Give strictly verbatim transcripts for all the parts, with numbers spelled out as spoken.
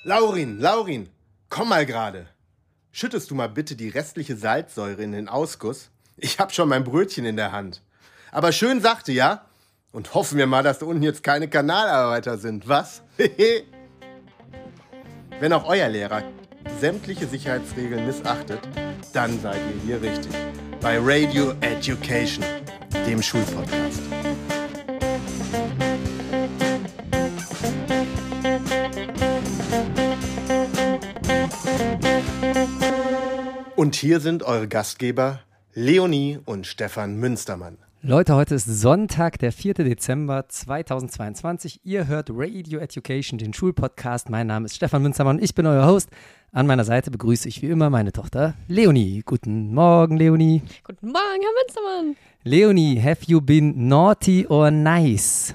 Laurin, Laurin, komm mal gerade. Schüttest du mal bitte die restliche Salzsäure in den Ausguss? Ich hab schon mein Brötchen in der Hand. Aber schön sachte, ja? Und hoffen wir mal, dass da unten jetzt keine Kanalarbeiter sind, was? Wenn auch euer Lehrer sämtliche Sicherheitsregeln missachtet, dann seid ihr hier richtig. Bei Radio Education, dem Schulpodcast. Und hier sind eure Gastgeber Leonie und Stefan Münstermann. Leute, heute ist Sonntag, der vierte Dezember zweitausendzweiundzwanzig. Ihr hört Radio Education, den Schulpodcast. Mein Name ist Stefan Münstermann und ich bin euer Host. An meiner Seite begrüße ich wie immer meine Tochter Leonie. Guten Morgen, Leonie. Guten Morgen, Herr Münstermann. Leonie, have you been naughty or nice?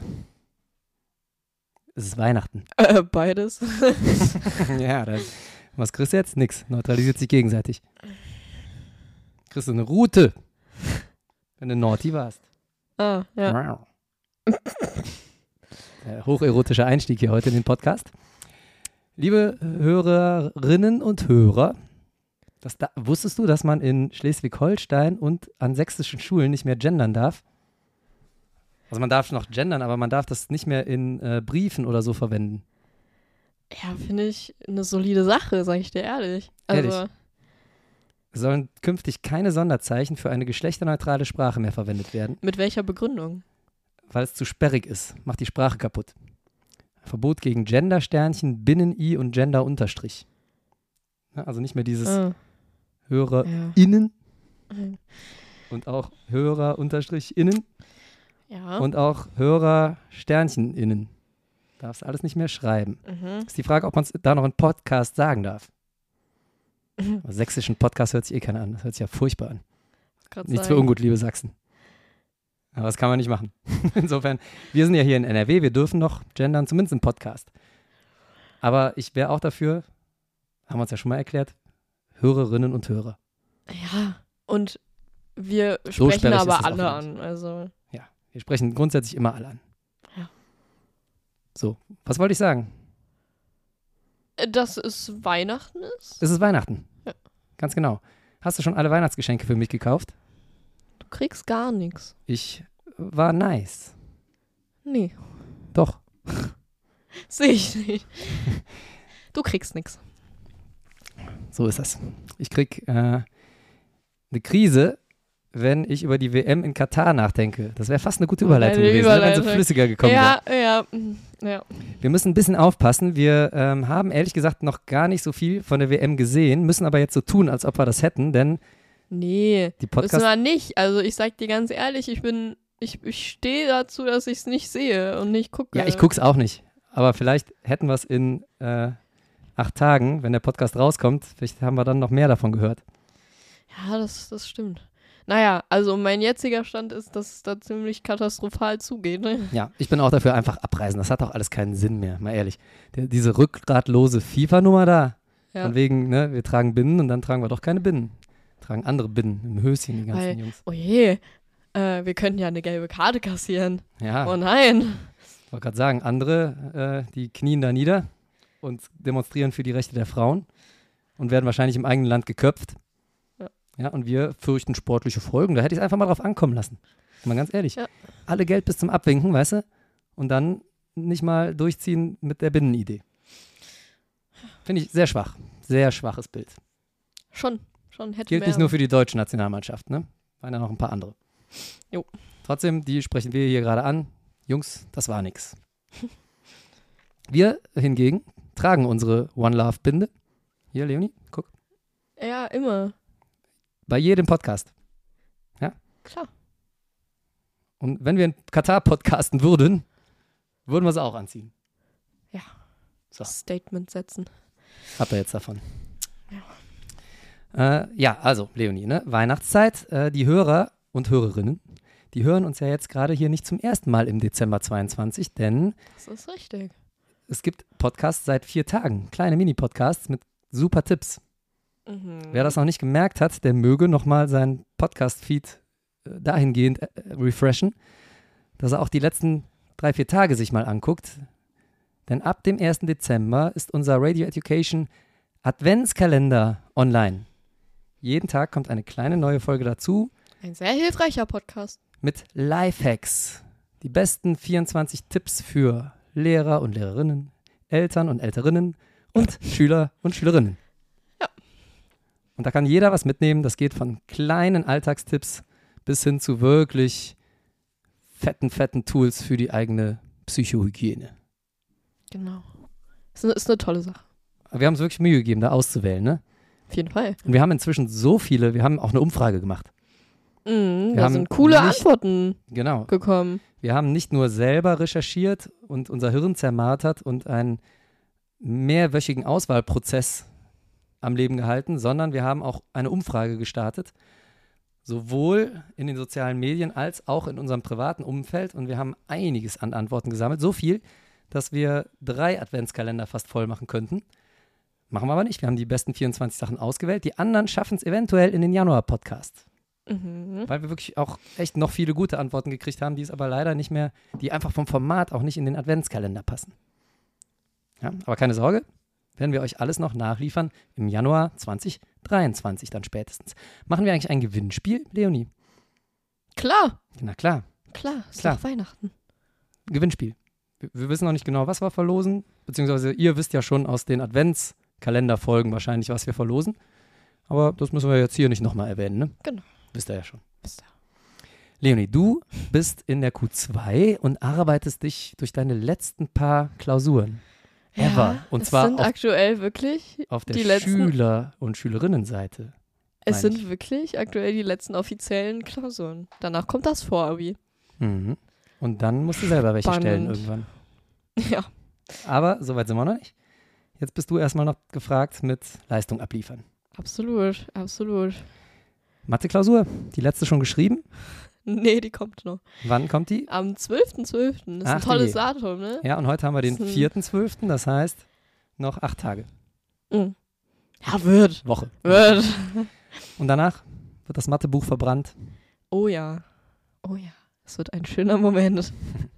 Es ist Weihnachten. Äh, beides. Ja, das, was kriegst du jetzt? Nix. Neutralisiert sich gegenseitig. Kriegst du eine Route, wenn du naughty warst. Ah, ja. Der hocherotische Einstieg hier heute in den Podcast. Liebe Hörerinnen und Hörer, das da, wusstest du, dass man in Schleswig-Holstein und an sächsischen Schulen nicht mehr gendern darf? Also man darf noch gendern, aber man darf das nicht mehr in äh, Briefen oder so verwenden. Ja, finde ich eine solide Sache, sage ich dir ehrlich. Also, Ehrlich? Es sollen künftig keine Sonderzeichen für eine geschlechterneutrale Sprache mehr verwendet werden. Mit welcher Begründung? Weil es zu sperrig ist. Macht die Sprache kaputt. Verbot gegen Gender-Sternchen, Binnen-I und Gender-Unterstrich. Ja, also nicht mehr dieses Ah, HörerInnen ja. und auch Hörer-Innen Ja. und auch Hörer-Sternchen-Innen. Darfst alles nicht mehr schreiben. Mhm. Ist die Frage, ob man es da noch in Podcast sagen darf. Aber sächsischen Podcast hört sich eh keiner an. Das hört sich ja furchtbar an. Grad Nichts sagen. für ungut, liebe Sachsen. Aber das kann man nicht machen. Insofern, wir sind ja hier in N R W, wir dürfen noch gendern, zumindest im Podcast. Aber ich wäre auch dafür, haben wir uns ja schon mal erklärt, Hörerinnen und Hörer. Ja, und wir So sprechen sperrig ist aber es auch alle wieder an. Also, Ja, wir sprechen grundsätzlich immer alle an. Ja. So, was wollte ich sagen? äh, dass es Weihnachten ist? Es ist Weihnachten. Ja. Ganz genau. Hast du schon alle Weihnachtsgeschenke für mich gekauft? Du kriegst gar nichts. Ich war nice. Nee, Doch. sehe ich nicht. Du kriegst nichts. So ist das. Ich krieg äh, eine Krise, wenn ich über die W M in Katar nachdenke. Das wäre fast eine gute Überleitung Eine gewesen, ne, wenn sie Überleitung. flüssiger gekommen Ja, ja, mm, ja. wäre. Wir müssen ein bisschen aufpassen. Wir ähm, haben ehrlich gesagt noch gar nicht so viel von der W M gesehen, müssen aber jetzt so tun, als ob wir das hätten, denn Nee, die müssen Podcast... wir nicht. Also ich sag dir ganz ehrlich, ich bin, ich, ich stehe dazu, dass ich es nicht sehe und nicht gucke. Ja, ich guck's auch nicht. Aber vielleicht hätten wir es in äh, acht Tagen, wenn der Podcast rauskommt, vielleicht haben wir dann noch mehr davon gehört. Ja, das, das stimmt. Naja, also mein jetziger Stand ist, dass es da ziemlich katastrophal zugeht. Ne? Ja, ich bin auch dafür, einfach abreisen. Das hat auch alles keinen Sinn mehr, mal ehrlich. Der, diese rückgratlose FIFA-Nummer da, Ja. von wegen, ne, wir tragen Binden und dann tragen wir doch keine Binden. Tragen andere Binden im Höschen, die ganzen Weil- Jungs. Oh je, äh, wir könnten ja eine gelbe Karte kassieren. Ja, Oh nein. ich wollte gerade sagen, andere, äh, die knien da nieder und demonstrieren für die Rechte der Frauen und werden wahrscheinlich im eigenen Land geköpft. Ja. Ja, und wir fürchten sportliche Folgen. Da hätte ich es einfach mal drauf ankommen lassen. Mal ganz ehrlich. Ja. Alle Geld bis zum Abwinken, weißt du? Und dann nicht mal durchziehen mit der Binnenidee. Finde ich sehr schwach. Sehr schwaches Bild. Schon, schon hätte Gilt mehr. nicht nur für die deutsche Nationalmannschaft, ne? Waren ja noch ein paar andere. Jo. Trotzdem, die sprechen wir hier gerade an. Jungs, das war nix. Wir hingegen tragen unsere One Love Binde. Hier, Leonie, guck. Ja, immer. Bei jedem Podcast. Klar. Und wenn wir in Katar podcasten würden, würden wir sie auch anziehen. Ja. So, Statement setzen. habt ihr jetzt davon. Ja, äh, ja also, Leonie, ne? Weihnachtszeit. Äh, die Hörer und Hörerinnen, die hören uns ja jetzt gerade hier nicht zum ersten Mal im Dezember zweiundzwanzig, denn Das ist richtig. es gibt Podcasts seit vier Tagen. Kleine Mini-Podcasts mit super Tipps. Mhm. Wer das noch nicht gemerkt hat, der möge nochmal seinen Podcast-Feed äh, dahingehend äh, refreshen, dass er auch die letzten drei, vier Tage sich mal anguckt. Denn ab dem ersten Dezember ist unser Radio Education Adventskalender online. Jeden Tag kommt eine kleine neue Folge dazu. Ein sehr hilfreicher Podcast. Mit Lifehacks. Die besten vierundzwanzig Tipps für Lehrer und Lehrerinnen, Eltern und Älterinnen und Schüler und Schülerinnen. Ja. Und da kann jeder was mitnehmen. Das geht von kleinen Alltagstipps bis hin zu wirklich fetten, fetten Tools für die eigene Psychohygiene. Genau. Ist eine, ist eine tolle Sache. Aber wir haben uns wirklich Mühe gegeben, da auszuwählen, ne? Auf jeden Fall. Und wir haben inzwischen so viele, wir haben auch eine Umfrage gemacht. Mhm, Wir da haben sind coole nicht- Antworten Genau. gekommen. Wir haben nicht nur selber recherchiert und unser Hirn zermartert und einen mehrwöchigen Auswahlprozess am Leben gehalten, sondern wir haben auch eine Umfrage gestartet, sowohl in den sozialen Medien als auch in unserem privaten Umfeld. Und wir haben einiges an Antworten gesammelt. So viel, dass wir drei Adventskalender fast voll machen könnten. Machen wir aber nicht. Wir haben die besten vierundzwanzig Sachen ausgewählt. Die anderen schaffen es eventuell in den Januar-Podcast. Mhm. Weil wir wirklich auch echt noch viele gute Antworten gekriegt haben, die es aber leider nicht mehr, die einfach vom Format auch nicht in den Adventskalender passen. Ja, aber keine Sorge, werden wir euch alles noch nachliefern im Januar zwanzig dreiundzwanzig dann spätestens. Machen wir eigentlich ein Gewinnspiel, Leonie? Klar, Na klar, klar. Ist Klar. doch Weihnachten. Gewinnspiel. Wir, wir wissen noch nicht genau, was wir verlosen, beziehungsweise ihr wisst ja schon aus den Adventskalenderfolgen wahrscheinlich, was wir verlosen. Aber das müssen wir jetzt hier nicht nochmal erwähnen, ne? Genau. Wisst ihr ja schon. Wisst ihr. Leonie, du bist in der Q zwei und arbeitest dich durch deine letzten paar Klausuren ever. Ja, Und es zwar sind auf, aktuell wirklich, auf der die letzten- Schüler- und Schülerinnenseite. es meine sind ich. wirklich aktuell die letzten offiziellen Klausuren. Danach kommt das Vorabi. Mhm. Und dann musst du selber welche Spannend. stellen irgendwann. Ja. Aber soweit sind wir noch nicht. Jetzt bist du erstmal noch gefragt mit Leistung abliefern. Absolut, absolut. Mathe-Klausur, die letzte schon geschrieben. Nee, die kommt noch. Wann kommt die? Am zwölften zwölften Das ist Ach ein du tolles je. Datum, ne? Ja, und heute haben wir den Das ist ein- vierten zwölften Das heißt noch acht Tage. Mhm. Ja, wird. Woche. Wird. Und danach wird das Mathebuch verbrannt. Oh ja. Oh ja. Es wird ein schöner Moment.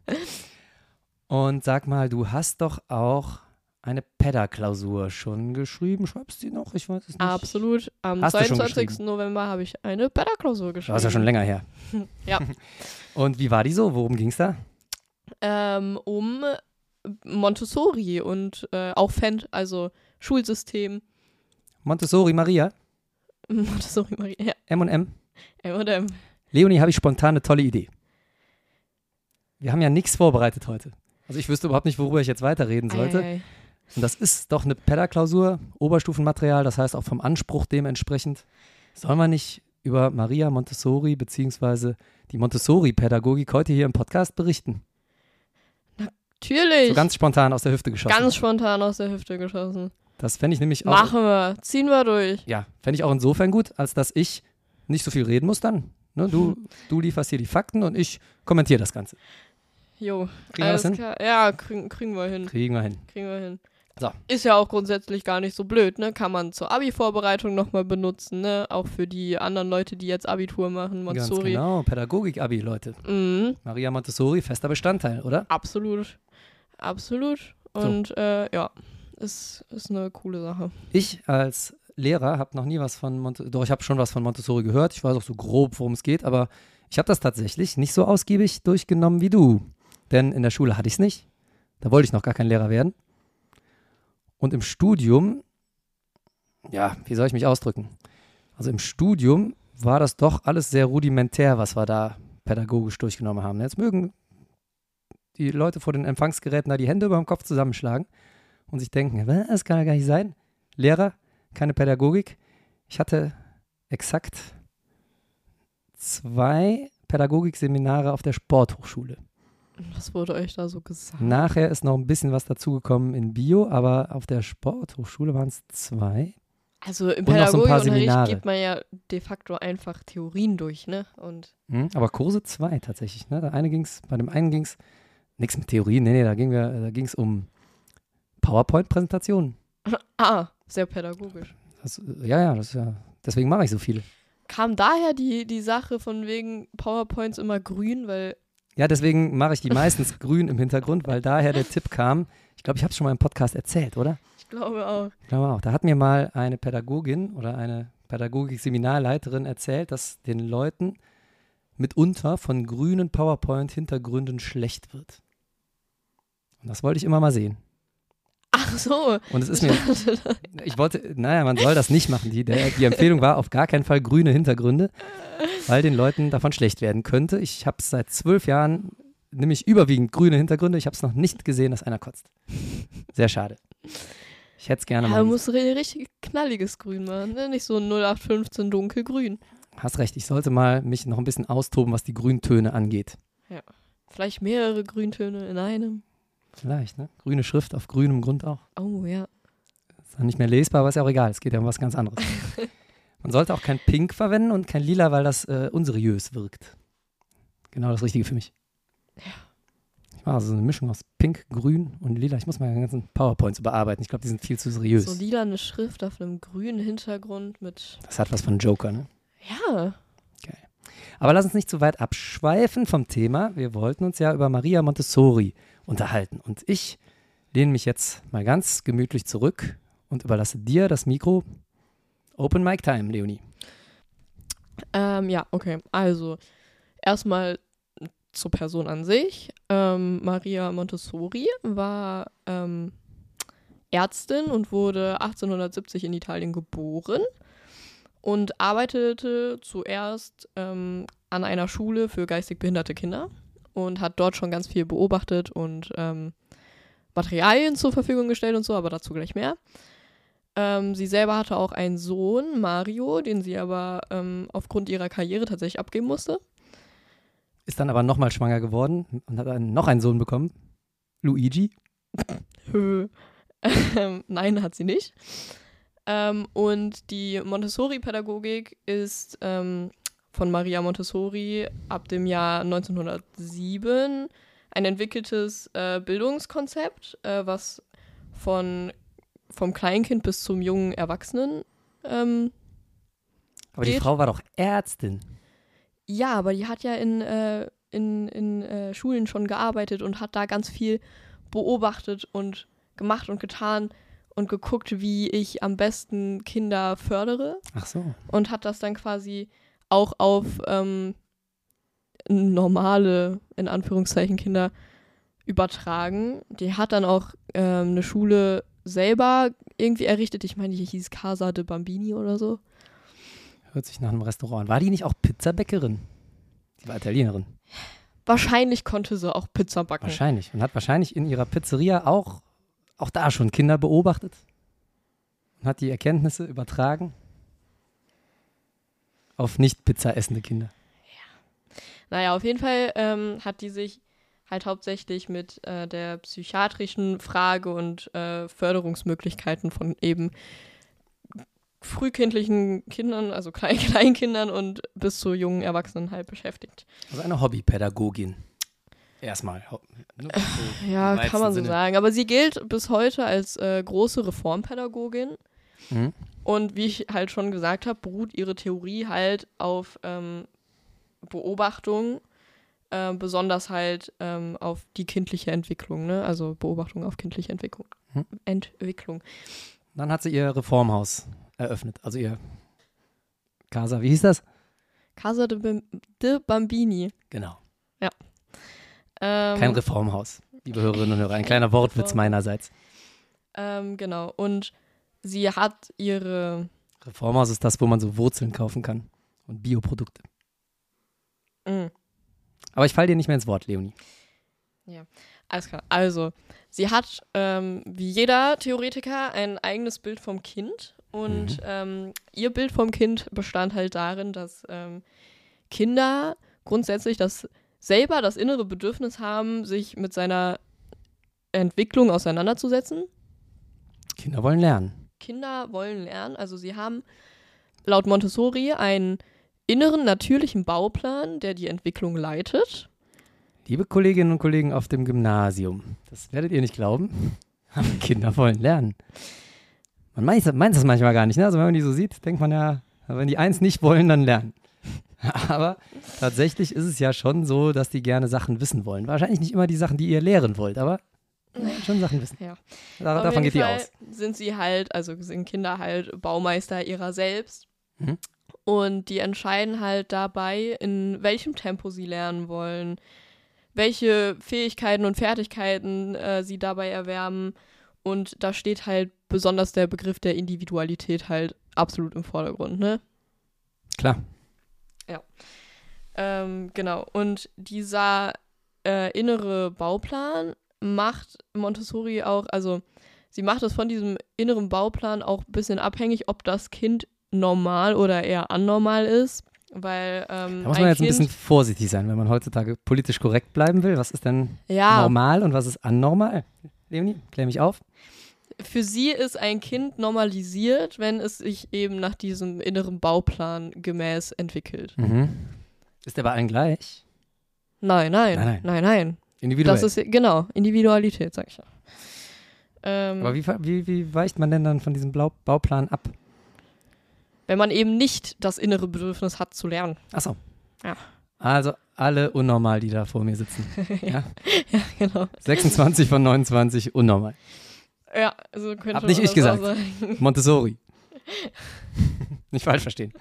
Und sag mal, du hast doch auch eine Pedda-Klausur schon geschrieben. Schreibst du die noch? Ich weiß es nicht. Absolut. Am Hast du schon zweiundzwanzigsten November habe ich eine Beta-Klausur geschrieben. Das ist ja schon länger her. Ja. Und wie war die so? Worum ging es da? ähm, um Montessori und äh, auch Fendt, also Schulsystem. Montessori Maria, Montessori Maria. Ja, M und M. M und M. Leonie, habe ich spontan eine tolle Idee. Wir haben ja nichts vorbereitet heute. Also ich wüsste überhaupt nicht, worüber ich jetzt weiterreden sollte. Ei, ei, Und das ist doch eine Pedda-Klausur, Oberstufenmaterial, das heißt auch vom Anspruch dementsprechend. Sollen wir nicht über Maria Montessori beziehungsweise die Montessori-Pädagogik heute hier im Podcast berichten? Natürlich. So ganz spontan aus der Hüfte geschossen. Ganz spontan aus der Hüfte geschossen. Das fände ich nämlich auch. Machen wir. Ziehen wir durch. Ja, fände ich auch insofern gut, als dass ich nicht so viel reden muss dann. Ne, du, du lieferst hier die Fakten und ich kommentiere das Ganze. Jo. Kriegen wir das hin? Klar. Ja, kriegen, kriegen wir hin. Kriegen wir hin. Kriegen wir hin. So. Ist ja auch grundsätzlich gar nicht so blöd, ne? Kann man zur Abi-Vorbereitung nochmal benutzen, ne? Auch für die anderen Leute, die jetzt Abitur machen, Montessori. Ganz genau, Pädagogik-Abi, Leute. Mhm. Maria Montessori, fester Bestandteil, oder? Absolut. Absolut. Und äh, ja, ist, ist eine coole Sache. Ich als Lehrer habe noch nie was von Montessori, doch ich habe schon was von Montessori gehört. Ich weiß auch so grob, worum es geht, aber ich habe das tatsächlich nicht so ausgiebig durchgenommen wie du. Denn in der Schule hatte ich es nicht. Da wollte ich noch gar kein Lehrer werden. Und im Studium, ja, wie soll ich mich ausdrücken? Also im Studium war das doch alles sehr rudimentär, was wir da pädagogisch durchgenommen haben. Jetzt mögen die Leute vor den Empfangsgeräten da die Hände über dem Kopf zusammenschlagen und sich denken, das kann ja gar nicht sein. Lehrer, keine Pädagogik. Ich hatte exakt zwei Pädagogikseminare auf der Sporthochschule. Was wurde euch da so gesagt? Nachher ist noch ein bisschen was dazugekommen in Bio, aber auf der Sporthochschule waren es zwei. Also im Und noch so ein paar Pädagogikunterricht Seminare. geht man ja de facto einfach Theorien durch, ne? Und Hm, aber Kurse zwei tatsächlich. Ne? Der eine ging's, bei dem einen ging es nichts mit Theorien, nee, nee, da ging wir, da ging es um PowerPoint-Präsentationen. ah, sehr pädagogisch. Das, ja, ja, das ist ja, deswegen mache ich so viele. Kam daher die, die Sache von wegen PowerPoints immer grün, weil Ja, deswegen mache ich die meistens grün im Hintergrund, weil daher der Tipp kam, Ich glaube, ich habe es schon mal im Podcast erzählt, oder? Ich glaube auch. Ich glaube auch. Da hat mir mal eine Pädagogin oder eine Pädagogik-Seminarleiterin erzählt, dass den Leuten mitunter von grünen PowerPoint-Hintergründen schlecht wird. Und das wollte ich immer mal sehen. Ach so. Und es ist mir, ich wollte, naja, man soll das nicht machen. Die, der, die Empfehlung war auf gar keinen Fall grüne Hintergründe, weil den Leuten davon schlecht werden könnte. Ich habe es seit zwölf Jahren, nämlich überwiegend grüne Hintergründe. Ich habe es noch nicht gesehen, dass einer kotzt. Sehr schade. Ich hätte es gerne Ja, mal. du musst ri- richtig knalliges Grün machen, ne? Nicht so ein null acht fünfzehn dunkelgrün. Hast recht, ich sollte mal mich noch ein bisschen austoben, was die Grüntöne angeht. Ja. Vielleicht mehrere Grüntöne in einem. Vielleicht, ne? Grüne Schrift auf grünem Grund auch. Oh ja. Ist dann nicht mehr lesbar, aber ist ja auch egal. Es geht ja um was ganz anderes. Man sollte auch kein Pink verwenden und kein Lila, weil das äh, unseriös wirkt. Genau das Richtige für mich. Ja. Ich mache also so eine Mischung aus Pink, Grün und Lila. Ich muss meine ganzen PowerPoints überarbeiten. Ich glaube, die sind viel zu seriös. So lilane Schrift auf einem grünen Hintergrund mit. Das hat was von Joker, ne? Ja. Aber lass uns nicht zu weit abschweifen vom Thema. Wir wollten uns ja über Maria Montessori unterhalten. Und ich lehne mich jetzt mal ganz gemütlich zurück und überlasse dir das Mikro. Open Mic Time, Leonie. Ähm, ja, okay. Also, erstmal zur Person an sich. Ähm, Maria Montessori war ähm, Ärztin und wurde achtzehnhundertsiebzig in Italien geboren und arbeitete zuerst ähm, an einer Schule für geistig behinderte Kinder und hat dort schon ganz viel beobachtet und ähm, Materialien zur Verfügung gestellt und so, aber dazu gleich mehr. Ähm, sie selber hatte auch einen Sohn, Mario, den sie aber ähm, aufgrund ihrer Karriere tatsächlich abgeben musste. Ist dann aber nochmal schwanger geworden und hat dann noch einen Sohn bekommen. Luigi. Hö. Ähm, nein, hat sie nicht. Ähm, und die Montessori-Pädagogik ist ähm, von Maria Montessori ab dem Jahr neunzehnhundertsieben ein entwickeltes äh, Bildungskonzept, äh, was von, vom Kleinkind bis zum jungen Erwachsenen ähm, Aber die geht. Frau war doch Ärztin. Ja, aber die hat ja in, äh, in, in äh, Schulen schon gearbeitet und hat da ganz viel beobachtet und gemacht und getan und geguckt, wie ich am besten Kinder fördere. Ach so. Und hat das dann quasi auch auf ähm, normale, in Anführungszeichen, Kinder übertragen. Die hat dann auch ähm, eine Schule selber irgendwie errichtet. Ich meine, die hieß Casa de Bambini oder so. Hört sich nach einem Restaurant an. War die nicht auch Pizzabäckerin? Die war Italienerin. Wahrscheinlich konnte sie auch Pizza backen. Wahrscheinlich. Und hat wahrscheinlich in ihrer Pizzeria auch, auch da schon Kinder beobachtet. Und hat die Erkenntnisse übertragen auf nicht Pizza essende Kinder. Naja, auf jeden Fall ähm, hat die sich halt hauptsächlich mit äh, der psychiatrischen Frage und äh, Förderungsmöglichkeiten von eben frühkindlichen Kindern, also Klein Kleinkindern und bis zu jungen Erwachsenen halt beschäftigt. Also eine Hobbypädagogin. Erstmal. Ho- ne? So Ja, im kann man so weitesten sagen. Aber sie gilt bis heute als äh, große Reformpädagogin. Sinne. Mhm. Und wie ich halt schon gesagt habe, beruht ihre Theorie halt auf ähm, Beobachtung, äh, besonders halt ähm, auf die kindliche Entwicklung, ne? Also Beobachtung auf kindliche Entwicklung. Hm. Entwicklung. Dann hat sie ihr Reformhaus eröffnet. Also ihr Casa, wie hieß das? Casa de, Bam- de Bambini. Genau. Ähm, Kein Reformhaus, liebe Hörerinnen und Hörer. Ein kleiner Wortwitz meinerseits. ähm, genau. Und sie hat ihre Reformhaus ist das, wo man so Wurzeln kaufen kann und Bioprodukte. mh, Aber ich falle dir nicht mehr ins Wort, Leonie. Alles klar. Also, sie hat ähm, wie jeder Theoretiker ein eigenes Bild vom Kind. Und Mhm. ähm, ihr Bild vom Kind bestand halt darin, dass ähm, Kinder grundsätzlich das selber das innere Bedürfnis haben, sich mit seiner Entwicklung auseinanderzusetzen. Kinder wollen lernen. Kinder wollen lernen. Also sie haben laut Montessori einen inneren, natürlichen Bauplan, der die Entwicklung leitet. Liebe Kolleginnen und Kollegen auf dem Gymnasium, das werdet ihr nicht glauben, aber Kinder wollen lernen. Man meint, meint das manchmal gar nicht, ne? Also wenn man die so sieht, denkt man ja, wenn die eins nicht wollen, dann lernen. Aber tatsächlich ist es ja schon so, dass die gerne Sachen wissen wollen. Wahrscheinlich nicht immer die Sachen, die ihr lehren wollt, aber schon Sachen wissen. Ja. Da, Auf davon jeden geht die Fall aus. sind sie halt, also sind Kinder halt Baumeister ihrer selbst. Mhm. Und die entscheiden halt dabei, in welchem Tempo sie lernen wollen, welche Fähigkeiten und Fertigkeiten äh, sie dabei erwerben. Und da steht halt besonders der Begriff der Individualität halt absolut im Vordergrund, ne? Klar. Ja. Ähm, genau. Und dieser äh, innere Bauplan macht Montessori auch, also sie macht es von diesem inneren Bauplan auch ein bisschen abhängig, ob das Kind normal oder eher anormal ist. Weil, ähm, Da muss ein man jetzt kind, ein bisschen vorsichtig sein, wenn man heutzutage politisch korrekt bleiben will. Was ist denn ja, normal und was ist anormal? Leonie, klär mich auf. für sie ist ein Kind normalisiert, wenn es sich eben nach diesem inneren Bauplan gemäß entwickelt. Mhm. Ist der bei allen gleich? Nein, nein, Nein, nein. nein, nein. Individuell. Das ist, genau, Individualität, sag ich ja. Ähm, Aber wie, wie, wie weicht man denn dann von diesem Blau Bauplan ab? wenn man eben nicht das innere Bedürfnis hat zu lernen. Achso. Ja. Also alle unnormal, die da vor mir sitzen. ja? Ja, genau. sechsundzwanzig von neunundzwanzig unnormal. Ja, so könnte Hab man nicht ich das gesagt. auch sagen. Montessori. Nicht falsch verstehen.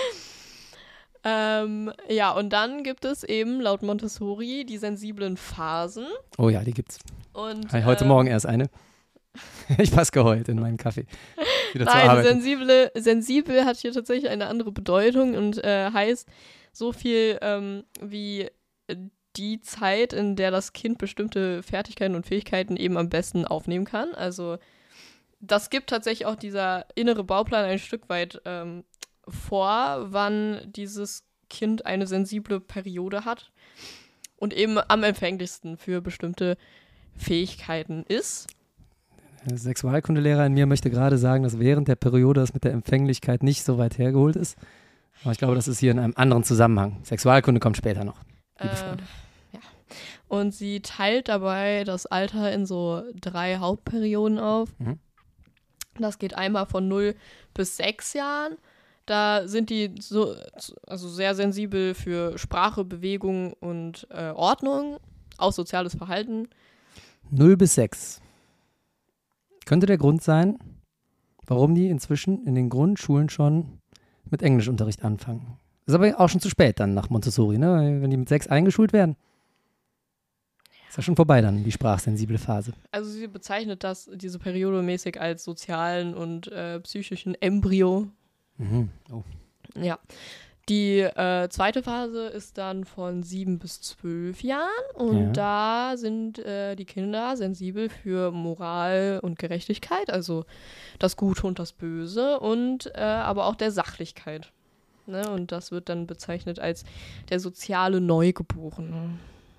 Ähm, ja, und dann gibt es eben laut Montessori die sensiblen Phasen. Oh ja, die gibt's. Und, Hey, heute ähm, Morgen erst eine. Ich passe geheult in meinen Kaffee. Wieder zur Nein, Arbeit. sensible, sensibel hat hier tatsächlich eine andere Bedeutung und äh, heißt so viel ähm, wie die Zeit, in der das Kind bestimmte Fertigkeiten und Fähigkeiten eben am besten aufnehmen kann. Also das gibt tatsächlich auch dieser innere Bauplan ein Stück weit ähm, vor, wann dieses Kind eine sensible Periode hat und eben am empfänglichsten für bestimmte Fähigkeiten ist. Der Sexualkundelehrer in mir möchte gerade sagen, dass während der Periode das mit der Empfänglichkeit nicht so weit hergeholt ist. Aber ich glaube, das ist hier in einem anderen Zusammenhang. Sexualkunde kommt später noch. Liebe Äh, Freunde. ja. Und sie teilt dabei das Alter in so drei Hauptperioden auf. Mhm. Das geht einmal von null bis sechs Jahren. Da sind die so, also sehr sensibel für Sprache, Bewegung und äh, Ordnung, auch soziales Verhalten. null bis sechs. Könnte der Grund sein, warum die inzwischen in den Grundschulen schon mit Englischunterricht anfangen. Ist aber auch schon zu spät dann nach Montessori, ne? Wenn die mit sechs eingeschult werden. Ist ja schon vorbei dann, die sprachsensible Phase. Also sie bezeichnet das, diese Periode mäßig als sozialen und äh, psychischen Embryo. Mhm. Oh. Ja. Die äh, zweite Phase ist dann von sieben bis zwölf Jahren und Ja. da sind äh, die Kinder sensibel für Moral und Gerechtigkeit, also das Gute und das Böse und äh, aber auch der Sachlichkeit. Ne? Und das wird dann bezeichnet als der soziale Neugeborene.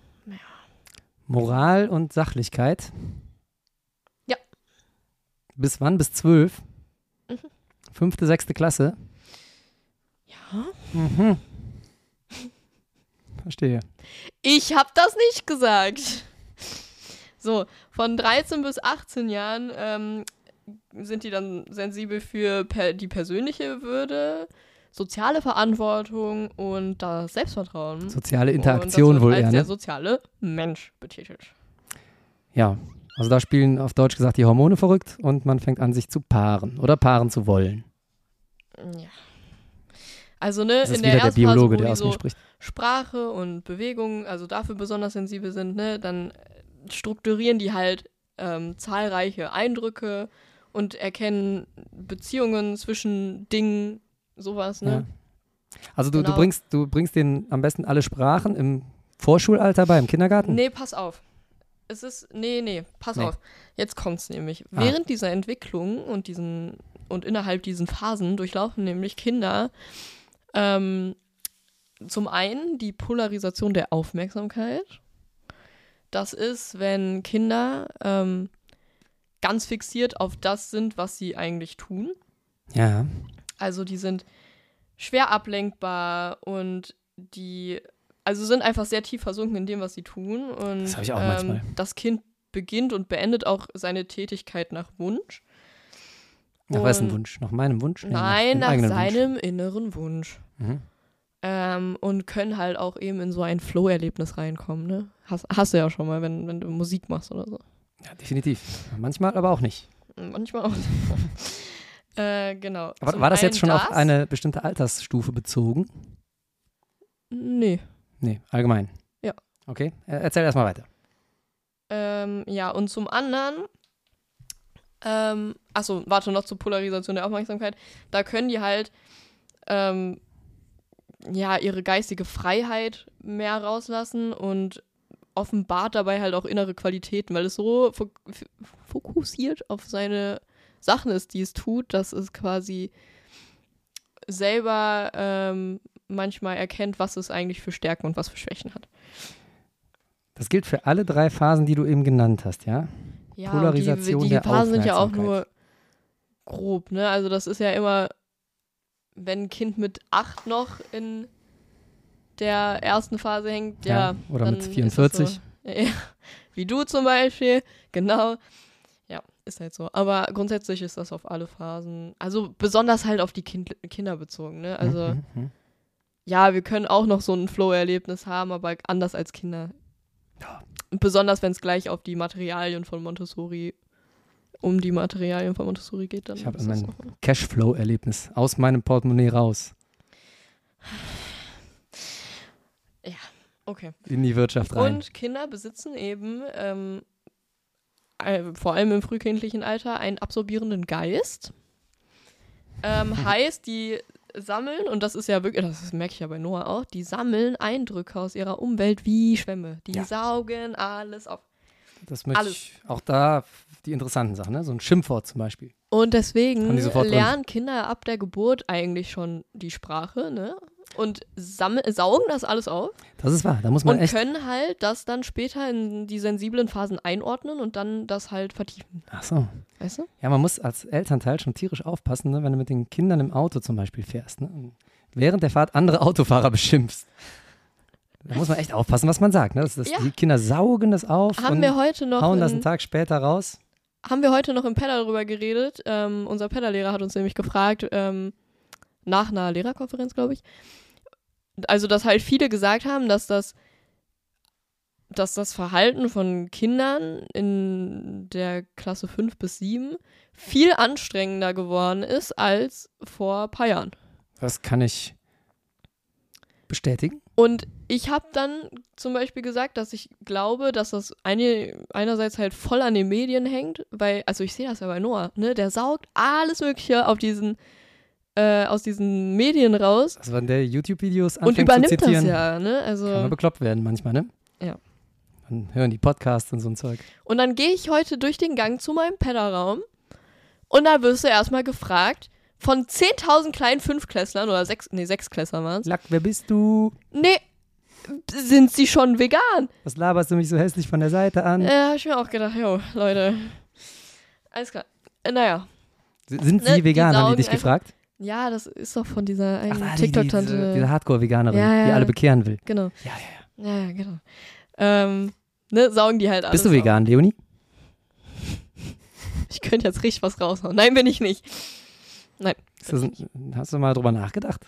Moral und Sachlichkeit. Ja. Bis wann? Bis zwölf? Mhm. Fünfte, sechste Klasse? Ja. Mhm. Verstehe. Ich habe das nicht gesagt. So, von dreizehn bis achtzehn Jahren ähm, sind die dann sensibel für per die persönliche Würde, soziale Verantwortung und das Selbstvertrauen. Soziale Interaktion und das wohl wird als eher, der ne? soziale Mensch betitelt. Ja, also da spielen auf Deutsch gesagt die Hormone verrückt und man fängt an, sich zu paaren oder paaren zu wollen. Ja. Also, ne, Das ist in der wieder der ersten Phase, Biologe, wo der die aus mir so spricht. Sprache und Bewegung, also dafür besonders sensibel sind, ne, dann strukturieren die halt ähm, zahlreiche Eindrücke und erkennen Beziehungen zwischen Dingen, sowas, ne? Ja. Also du, Genau. du, bringst, du bringst denen am besten alle Sprachen im Vorschulalter bei, im Kindergarten? Nee, pass auf. Es ist, nee, nee, pass Nee. auf. Jetzt kommt's nämlich. Ah. Während dieser Entwicklung und diesen und innerhalb diesen Phasen durchlaufen nämlich Kinder ähm, zum einen die Polarisation der Aufmerksamkeit. Das ist, wenn Kinder ähm, ganz fixiert auf das sind, was sie eigentlich tun. Ja. Also die sind schwer ablenkbar und die, also sind einfach sehr tief versunken in dem, was sie tun. Und, Das hab ich auch ähm, manchmal. Das Kind beginnt und beendet auch seine Tätigkeit nach Wunsch. Nach wessen Und- Wunsch? Nach meinem Wunsch? Nee, Nein, dem nach eigenen seinem inneren Wunsch. Wunsch. Mhm. Ähm, und können halt auch eben in so ein Flow-Erlebnis reinkommen, ne? Hast, hast du ja schon mal, wenn, wenn du Musik machst oder so. Ja, definitiv. Manchmal aber auch nicht. Manchmal auch. äh, genau. Aber Zum war das jetzt einen schon das? auf eine bestimmte Altersstufe bezogen? Nee. Nee, allgemein. Ja. Okay, äh, erzähl erstmal weiter. Ähm, ja, und zum anderen, ähm, achso, warte, noch zur Polarisation der Aufmerksamkeit. Da können die halt, ähm, ja, ihre geistige Freiheit mehr rauslassen und offenbart dabei halt auch innere Qualitäten, weil es so fo- f- fokussiert auf seine Sachen ist, die es tut, dass es quasi selber ähm, manchmal erkennt, was es eigentlich für Stärken und was für Schwächen hat. Das gilt für alle drei Phasen, die du eben genannt hast, ja? Ja, Polarisation und die, die, der die Phasen sind ja auch Aufmerksamkeit. nur grob, ne? Also das ist ja immer, wenn ein Kind mit acht noch in der ersten Phase hängt, ja. Ja, oder dann mit ist vierundvierzig. das so. Ja, ja. Wie du zum Beispiel, genau. Ja, ist halt so. Aber grundsätzlich ist das auf alle Phasen, also besonders halt auf die kind, Kinder bezogen, ne? Also Mhm, mhm. ja, wir können auch noch so ein Flow-Erlebnis haben, aber anders als Kinder. Ja. Und besonders, wenn es gleich auf die Materialien von Montessori, um die Materialien von Montessori geht, dann Ich habe ist das mein noch- Cashflow-Erlebnis aus meinem Portemonnaie raus Okay. in die Wirtschaft rein. Und Kinder besitzen eben, ähm, äh, vor allem im frühkindlichen Alter, einen absorbierenden Geist. Ähm, heißt, die sammeln, und das ist ja wirklich, das merke ich ja bei Noah auch, die sammeln Eindrücke aus ihrer Umwelt wie Schwämme. Die Ja. saugen alles auf. Das möchte alles. ich auch da die interessanten Sachen, ne? So ein Schimpfwort zum Beispiel. Und deswegen Haben die sofort drin. lernen Kinder ab der Geburt eigentlich schon die Sprache, ne? Und sammel- saugen das alles auf Das ist wahr, da muss man und echt. können halt das dann später in die sensiblen Phasen einordnen und dann das halt vertiefen. Ach so. Weißt du? Ja, man muss als Elternteil schon tierisch aufpassen, ne? Wenn du mit den Kindern im Auto zum Beispiel fährst, ne? Und während der Fahrt andere Autofahrer beschimpfst. Da muss man echt aufpassen, was man sagt. Ne? Das, das, Ja. Die Kinder saugen das auf Haben und wir heute noch hauen das einen in, Tag später raus. haben wir heute noch im Pedal darüber geredet. Ähm, unser Pedal-Lehrer hat uns nämlich gefragt, ähm, nach einer Lehrerkonferenz, glaube ich, also dass halt viele gesagt haben, dass das, dass das Verhalten von Kindern in der Klasse fünf bis sieben viel anstrengender geworden ist als vor ein paar Jahren. Das kann ich bestätigen. Und ich habe dann zum Beispiel gesagt, dass ich glaube, dass das eine, einerseits halt voll an den Medien hängt, weil, also ich sehe das ja bei Noah, ne, der saugt alles Mögliche auf diesen, äh, aus diesen Medien raus Also wenn der YouTube-Videos und anfängt zu übernimmt das zitieren, ja, ne, also. kann man bekloppt werden manchmal, ne? Ja. Dann hören die Podcasts und so ein Zeug. Und dann gehe ich heute durch den Gang zu meinem Pedalraum und da wirst du erstmal gefragt, von zehntausend kleinen Fünfklässlern oder sechs, nee, Sechsklässler waren es, Lack, wer bist du? nee, sind sie schon vegan? Was laberst du mich so hässlich von der Seite an? Äh, hab ich mir auch gedacht, jo, Leute, alles klar. Äh, naja, S- Sind ne, sie vegan, die haben die saugen dich einfach- gefragt? ja, das ist doch von dieser einen Ach, die- diese, TikTok-Tante. diese Hardcore-Veganerin, Ja, ja. die alle bekehren will. Genau, Ja, ja, ja. ja, ja, genau. Ähm, ne, saugen die halt alles Bist du auf. vegan, Leonie? Ich könnte jetzt richtig was raushauen. Nein, bin ich nicht. Nein. Ist das ein, hast du mal drüber nachgedacht?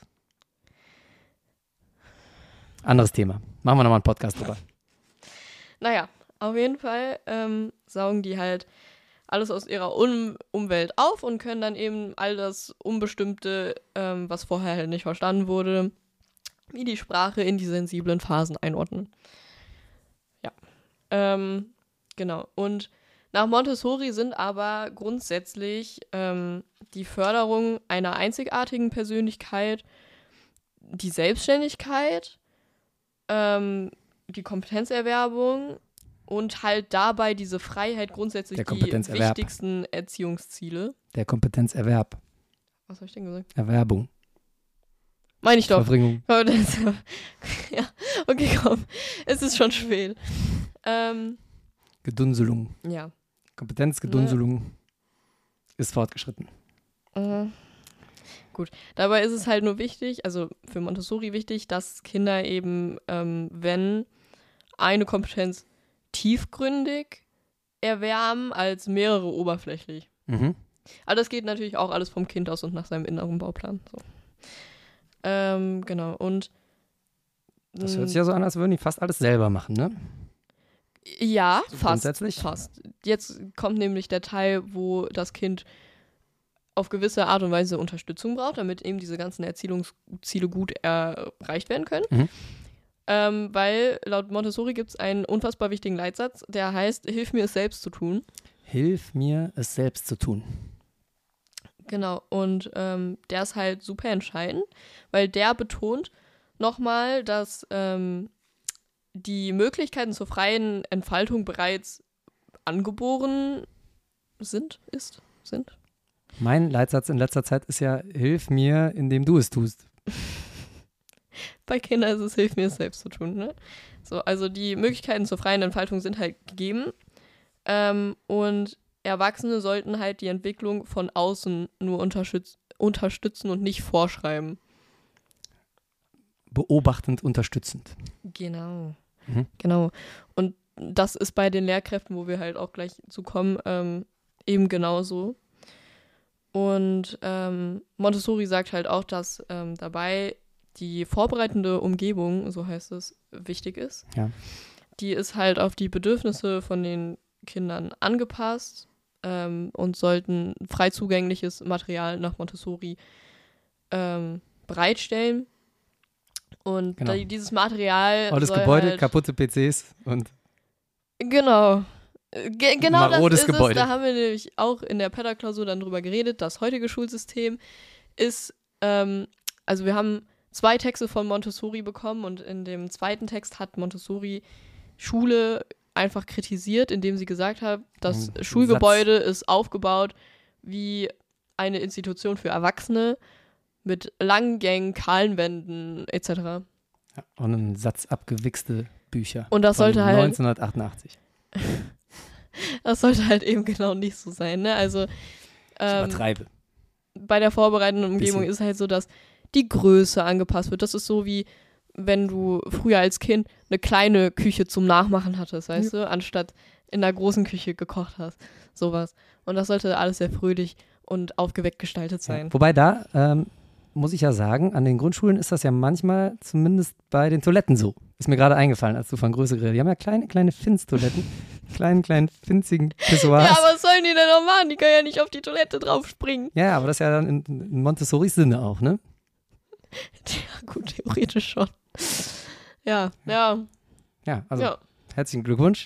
Anderes Thema. Machen wir nochmal einen Podcast drüber. Naja, auf jeden Fall ähm, saugen die halt alles aus ihrer um Umwelt auf und können dann eben all das Unbestimmte, ähm, was vorher halt nicht verstanden wurde, wie die Sprache in die sensiblen Phasen einordnen. Ja. Ähm, genau. Und nach Montessori sind aber grundsätzlich ähm, die Förderung einer einzigartigen Persönlichkeit, die Selbstständigkeit, ähm, die Kompetenzerwerbung und halt dabei diese Freiheit grundsätzlich Der die Kompetenzerwerb. wichtigsten Erziehungsziele. Der Kompetenzerwerb. Was habe ich denn gesagt? Erwerbung. Meine ich doch. Verbringung. Aber das- ja, okay, komm. Es ist schon spät. Ähm, Gedunselung. ja. Kompetenzgedunselung ist fortgeschritten. Äh, Gut, dabei ist es halt nur wichtig, also für Montessori wichtig, dass Kinder eben, ähm, wenn eine Kompetenz tiefgründig erwerben, als mehrere oberflächlich. Mhm. Aber das geht natürlich auch alles vom Kind aus und nach seinem inneren Bauplan. So. Ähm, genau, und Das hört sich ja so an, als würden die fast alles selber machen, ne? Ja, So fast. grundsätzlich? Fast. Jetzt kommt nämlich der Teil, wo das Kind auf gewisse Art und Weise Unterstützung braucht, damit eben diese ganzen Erziehungsziele gut erreicht werden können. Mhm. Ähm, weil laut Montessori gibt es einen unfassbar wichtigen Leitsatz, der heißt, hilf mir es selbst zu tun. Hilf mir, es selbst zu tun. Genau, und ähm, der ist halt super entscheidend, weil der betont nochmal, dass ähm, die Möglichkeiten zur freien Entfaltung bereits angeboren sind, ist, sind. Mein Leitsatz in letzter Zeit ist ja, hilf mir, indem du es tust. Bei Kindern ist es, hilf mir es selbst zu tun. Ne? So, also die Möglichkeiten zur freien Entfaltung sind halt gegeben. Ähm, und Erwachsene sollten halt die Entwicklung von außen nur unterstütz- unterstützen und nicht vorschreiben. Beobachtend, unterstützend. Genau. Mhm. Genau. Und das ist bei den Lehrkräften, wo wir halt auch gleich zu kommen, ähm, eben genauso. Und ähm, Montessori sagt halt auch, dass ähm, dabei die vorbereitende Umgebung, so heißt es, wichtig ist. Ja. Die ist halt auf die Bedürfnisse von den Kindern angepasst ähm, und sollten frei zugängliches Material nach Montessori ähm, bereitstellen. Und Genau. da, dieses Material Volles soll Gebäude, halt, kaputte P Cs und Genau. Ge- genau das Marodes ist Gebäude. es. Da haben wir nämlich auch in der Pädagogklausur dann drüber geredet. Das heutige Schulsystem ist, ähm, also wir haben zwei Texte von Montessori bekommen und in dem zweiten Text hat Montessori Schule einfach kritisiert, indem sie gesagt hat, das Ein Schulgebäude ist aufgebaut wie eine Institution für Erwachsene mit langen Gängen, kahlen Wänden et cetera. ja, und ein Satz abgewichste Bücher. Und das von sollte halt- neunzehnhundertachtundachtzig. Das sollte halt eben genau nicht so sein, ne? Also Ich ähm, übertreibe. bei der vorbereitenden Umgebung Bisschen. ist halt so, dass die Größe angepasst wird. Das ist so wie, wenn du früher als Kind eine kleine Küche zum Nachmachen hattest, weißt du, anstatt in der großen Küche gekocht hast. Sowas. Und das sollte alles sehr fröhlich und aufgeweckt gestaltet sein. Ja. Wobei da, ähm, muss ich ja sagen, an den Grundschulen ist das ja manchmal zumindest bei den Toiletten so. Ist mir gerade eingefallen, als du von Größe geredet hast. Die haben ja kleine, kleine Finz-Toiletten. kleinen, kleinen, finzigen Pissoirs. Ja, aber was sollen die denn noch machen? Die können ja nicht auf die Toilette drauf springen. Ja, aber das ist ja dann in, in Montessoris Sinne auch, ne? Ja, gut, theoretisch schon. Ja, ja, Ja, also ja. herzlichen Glückwunsch,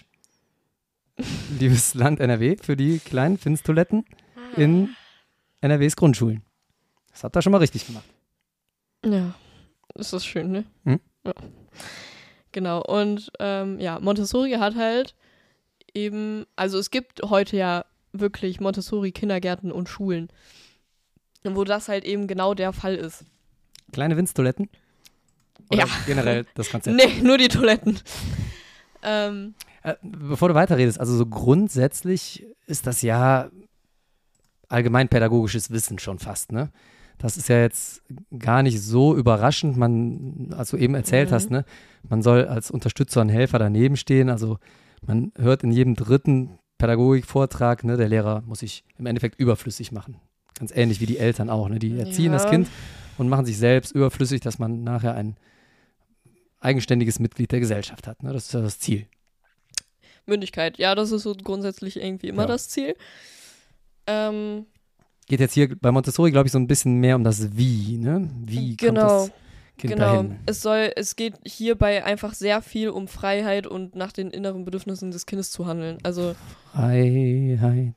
liebes Land N R W, für die kleinen Finz-Toiletten in N R Ws Grundschulen. Das habt ihr schon mal richtig gemacht. Ja, ist das schön, ne? Hm? Ja. Genau, und ähm, ja, Montessori hat halt eben, also es gibt heute ja wirklich Montessori-Kindergärten und Schulen, wo das halt eben genau der Fall ist. Kleine Winztoiletten? Oder Ja. generell das Konzept? Nee, nur die Toiletten. ähm, Äh, bevor du weiterredest, also so grundsätzlich ist das ja allgemeinpädagogisches Wissen schon fast, ne? Das ist ja jetzt gar nicht so überraschend, man, als du eben erzählt Mhm. hast, ne? Man soll als Unterstützer und Helfer daneben stehen, also man hört in jedem dritten Pädagogikvortrag, ne, der Lehrer muss sich im Endeffekt überflüssig machen. Ganz ähnlich wie die Eltern auch, ne? Die erziehen Ja. das Kind und machen sich selbst überflüssig, dass man nachher ein eigenständiges Mitglied der Gesellschaft hat, ne? Das ist ja das Ziel. Mündigkeit, ja, das ist so grundsätzlich irgendwie immer Ja. das Ziel. Ähm, Geht jetzt hier bei Montessori, glaube ich, so ein bisschen mehr um das Wie, ne? Wie Genau. kommt das Kind Genau, dahin? es soll, es geht hierbei einfach sehr viel um Freiheit und nach den inneren Bedürfnissen des Kindes zu handeln. Also, Freiheit,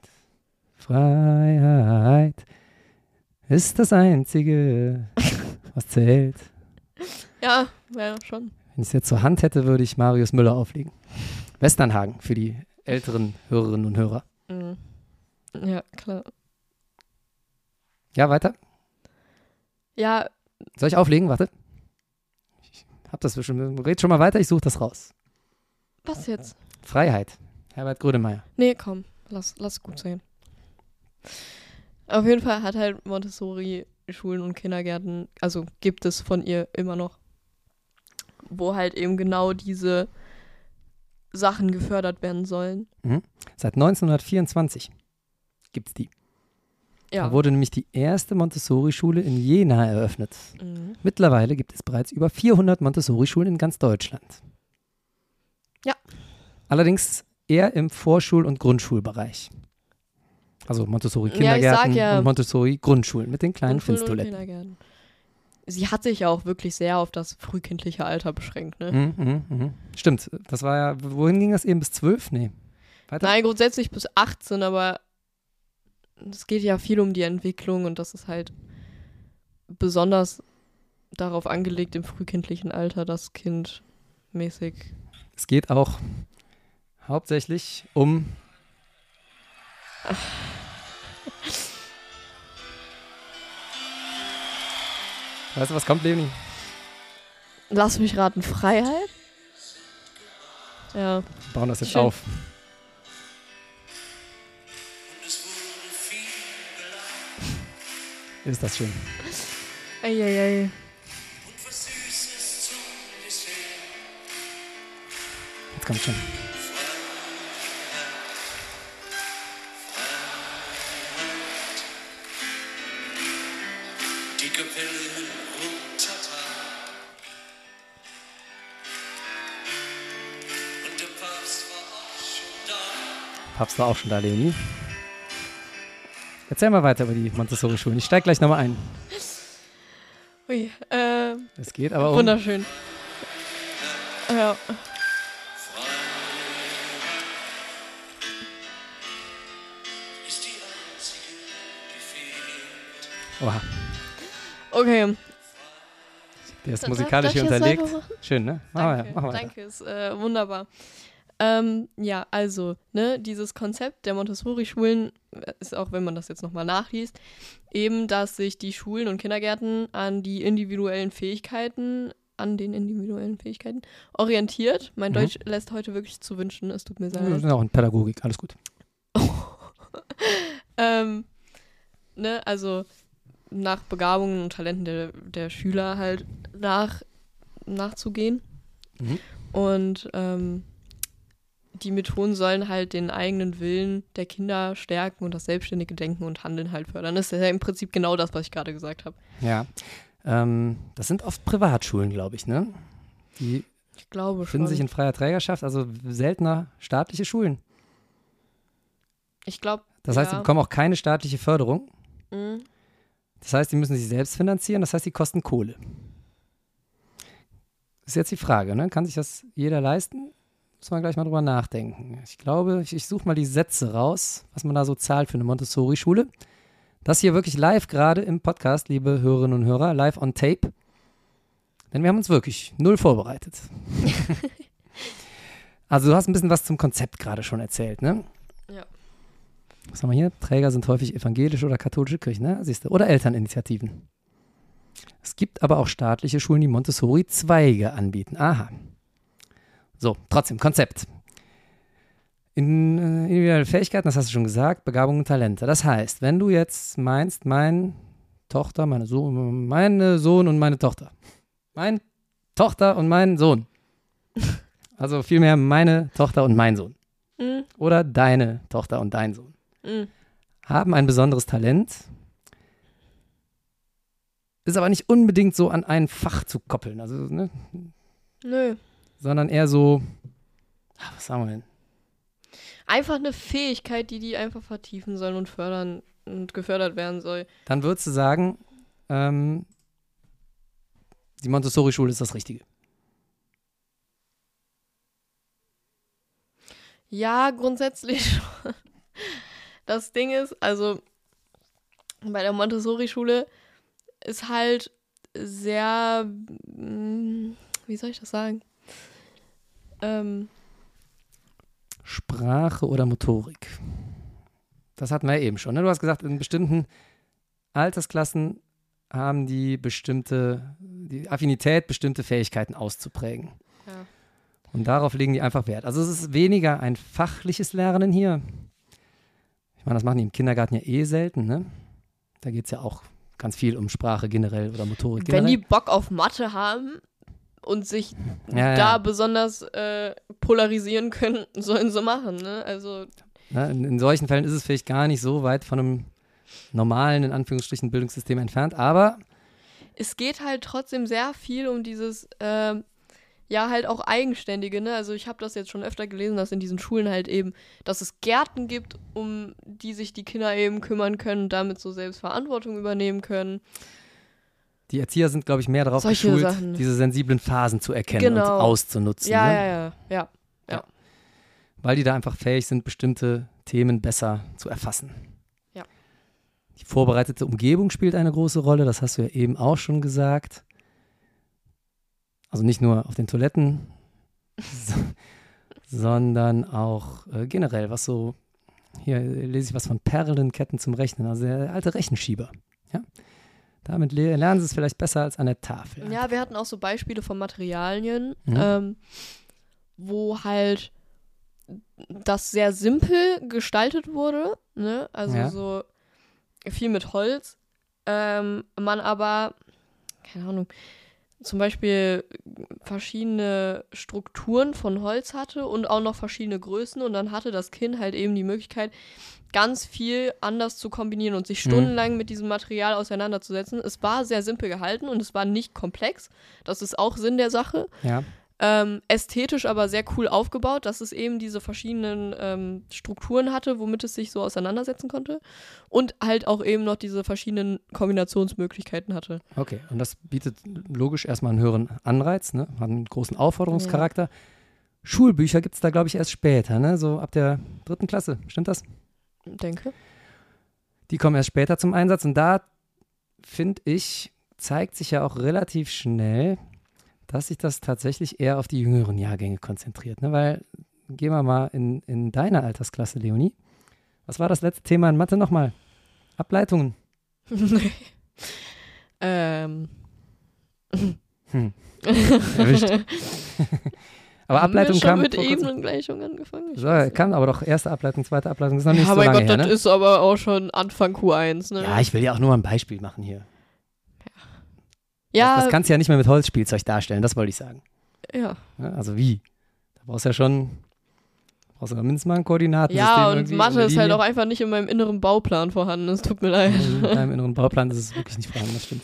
Freiheit ist das Einzige, was zählt. ja, ja, schon. Wenn ich es jetzt zur Hand hätte, würde ich Marius Müller auflegen. Westernhagen für die älteren Hörerinnen und Hörer. Mhm. Ja, klar. Ja, weiter. Ja, Soll ich auflegen? Warte. Ich hab das schon. Red schon mal weiter, ich suche das raus. was jetzt? Freiheit. Herbert Grönemeyer. Nee, komm, lass, lass gut sein. Auf jeden Fall hat halt Montessori Schulen und Kindergärten, also gibt es von ihr immer noch, wo halt eben genau diese Sachen gefördert werden sollen. Seit neunzehnhundertvierundzwanzig gibt's die. Ja. Da wurde nämlich die erste Montessori-Schule in Jena eröffnet. Mhm. Mittlerweile gibt es bereits über vierhundert Montessori-Schulen in ganz Deutschland. Ja. Allerdings eher im Vorschul- und Grundschulbereich. Also Montessori Ja, ich sag Kindergärten ja- und Montessori Grundschulen mit den kleinen Grundschulen und Finstoiletten. Kindergärten. Sie hat sich ja auch wirklich sehr auf das frühkindliche Alter beschränkt, ne? Mhm, mhm, mhm. Stimmt, das war ja, wohin ging das eben, bis zwölf? Nee. Weiter? Nein, grundsätzlich bis achtzehn, aber es geht ja viel um die Entwicklung und das ist halt besonders darauf angelegt, im frühkindlichen Alter das Kind mäßig. Es geht auch hauptsächlich um Weißt du, was kommt, Leonie? Lass mich raten, Freiheit? Ja. Wir bauen das jetzt Schön. auf. Ist das schön. Eieiei. Jetzt kommt schon. Die Kapelle Runtata und der Papst war auch schon da. Papst war auch schon da, Leonie. Erzähl mal weiter über die Montessori-Schulen. Ich steig gleich nochmal ein. Ui, äh, Es geht aber um... wunderschön. Ja. Ist die einzige, die fehlt. Oha, Okay. der ist Darf- musikalisch darf hier ich jetzt unterlegt. selber machen? Schön, ne? Mach mal, Danke, mach mal weiter. danke, ist äh, wunderbar. Ähm, ja, also, ne, dieses Konzept der Montessori-Schulen äh, ist auch, wenn man das jetzt nochmal nachliest, eben, dass sich die Schulen und Kindergärten an die individuellen Fähigkeiten, an den individuellen Fähigkeiten orientiert. Mein Mhm. Deutsch lässt heute wirklich zu wünschen, es tut mir sehr Wir leid. sind auch in Pädagogik, alles gut. ähm, ne, also nach Begabungen und Talenten der, der Schüler halt nach, nachzugehen. Mhm. Und ähm, die Methoden sollen halt den eigenen Willen der Kinder stärken und das selbstständige Denken und Handeln halt fördern. Das ist ja im Prinzip genau das, was ich gerade gesagt habe. Ja, ähm, das sind oft Privatschulen, glaube ich, ne? Die Ich glaube finden schon. sich in freier Trägerschaft, also seltener staatliche Schulen. ich glaube, Das heißt, sie ja. bekommen auch keine staatliche Förderung. Mhm. Das heißt, die müssen sich selbst finanzieren, das heißt, die kosten Kohle. Das ist jetzt die Frage, ne? Kann sich das jeder leisten? Muss man gleich mal drüber nachdenken. Ich glaube, ich, ich suche mal die Sätze raus, was man da so zahlt für eine Montessori-Schule. Das hier wirklich live gerade im Podcast, liebe Hörerinnen und Hörer, live on tape. Denn wir haben uns wirklich null vorbereitet. Also du hast ein bisschen was zum Konzept gerade schon erzählt, ne? Ja. Was haben wir hier? Träger sind häufig evangelische oder katholische Kirchen, ne? Siehst du? Oder Elterninitiativen. Es gibt aber auch staatliche Schulen, die Montessori-Zweige anbieten. Aha. So, trotzdem, Konzept. In, äh, individuelle Fähigkeiten, das hast du schon gesagt, Begabungen und Talente. Das heißt, wenn du jetzt meinst, meine Tochter, meine, so meine Sohn und meine Tochter. Mein Tochter und mein Sohn. Also vielmehr meine Tochter und mein Sohn. Mhm. Oder deine Tochter und dein Sohn. Mhm. Haben ein besonderes Talent, ist aber nicht unbedingt so an ein Fach zu koppeln, also, ne, Nö. sondern eher so, ah, was sagen wir denn? Einfach eine Fähigkeit, die die einfach vertiefen sollen und fördern und gefördert werden soll. Dann würdest du sagen, ähm, die Montessori-Schule ist das Richtige. Ja, grundsätzlich schon. Das Ding ist, also bei der Montessori-Schule ist halt sehr, mm, wie soll ich das sagen? Ähm, Sprache oder Motorik? Das hatten wir ja eben schon. Ne? Du hast gesagt, in bestimmten Altersklassen haben die bestimmte, die Affinität, bestimmte Fähigkeiten auszuprägen. ja. Und darauf legen die einfach Wert. Also es ist weniger ein fachliches Lernen hier. Ich meine, das machen die im Kindergarten ja eh selten, ne? Da geht es ja auch ganz viel um Sprache generell oder Motorik Wenn generell. die Bock auf Mathe haben und sich Ja, da ja. besonders äh, polarisieren können, sollen sie machen, ne? Also, Ne, in, in solchen Fällen ist es vielleicht gar nicht so weit von einem normalen, in Anführungsstrichen, Bildungssystem entfernt, aber es geht halt trotzdem sehr viel um dieses, ähm, Ja, halt auch Eigenständige, ne? Also ich habe das jetzt schon öfter gelesen, dass in diesen Schulen halt eben, dass es Gärten gibt, um die sich die Kinder eben kümmern können und damit so selbst Verantwortung übernehmen können. Die Erzieher sind, glaube ich, mehr darauf Solche geschult, Sachen. diese sensiblen Phasen zu erkennen Genau. und auszunutzen. Ja, ne? ja, ja, ja, ja. Weil die da einfach fähig sind, bestimmte Themen besser zu erfassen. Ja. Die vorbereitete Umgebung spielt eine große Rolle, das hast du ja eben auch schon gesagt. Also nicht nur auf den Toiletten, so, sondern auch äh, generell, was so, hier lese ich was von Perlenketten zum Rechnen, also der alte Rechenschieber. Ja? Damit le- lernen sie es vielleicht besser als an der Tafel. Ja, wir hatten auch so Beispiele von Materialien, Mhm. ähm, wo halt das sehr simpel gestaltet wurde, ne? Also Ja. so viel mit Holz, ähm, man aber, keine Ahnung, zum Beispiel verschiedene Strukturen von Holz hatte und auch noch verschiedene Größen und dann hatte das Kind halt eben die Möglichkeit, ganz viel anders zu kombinieren und sich Mhm. stundenlang mit diesem Material auseinanderzusetzen. Es war sehr simpel gehalten und es war nicht komplex. Das ist auch Sinn der Sache. Ja. Ähm, ästhetisch aber sehr cool aufgebaut, dass es eben diese verschiedenen ähm, Strukturen hatte, womit es sich so auseinandersetzen konnte. Und halt auch eben noch diese verschiedenen Kombinationsmöglichkeiten hatte. Okay, und das bietet logisch erstmal einen höheren Anreiz, ne? Hat einen großen Aufforderungscharakter. Schulbücher gibt es da, glaube ich, erst später, ne? So ab der dritten Klasse, stimmt das? Denke. Die kommen erst später zum Einsatz und da, finde ich, zeigt sich ja auch relativ schnell, dass sich das tatsächlich eher auf die jüngeren Jahrgänge konzentriert, ne? Weil, gehen wir mal in, in deine Altersklasse, Leonie. Was war das letzte Thema in Mathe nochmal? Ableitungen. ähm. Hm. Erwischt. Aber Haben wir Ableitung schon kam mit vor kurzem. Ebenengleichung angefangen? Ich So, weiß nicht. kam aber doch erste Ableitung, zweite Ableitung, das ist noch nicht Ja, so mein lange Gott, her, das ne? ist aber auch schon Anfang Q eins, ne? Ja, ich will ja auch nur ein Beispiel machen hier. ja, Das, das kannst du ja nicht mehr mit Holzspielzeug darstellen, das wollte ich sagen. ja. Ja, also wie? Da brauchst du ja schon, brauchst du ja mindestens mal ein Koordinatensystem. Ja, und irgendwie Mathe eine ist halt Linie. auch einfach nicht in meinem inneren Bauplan vorhanden. Es tut mir leid. In deinem inneren Bauplan ist es wirklich nicht vorhanden, das stimmt.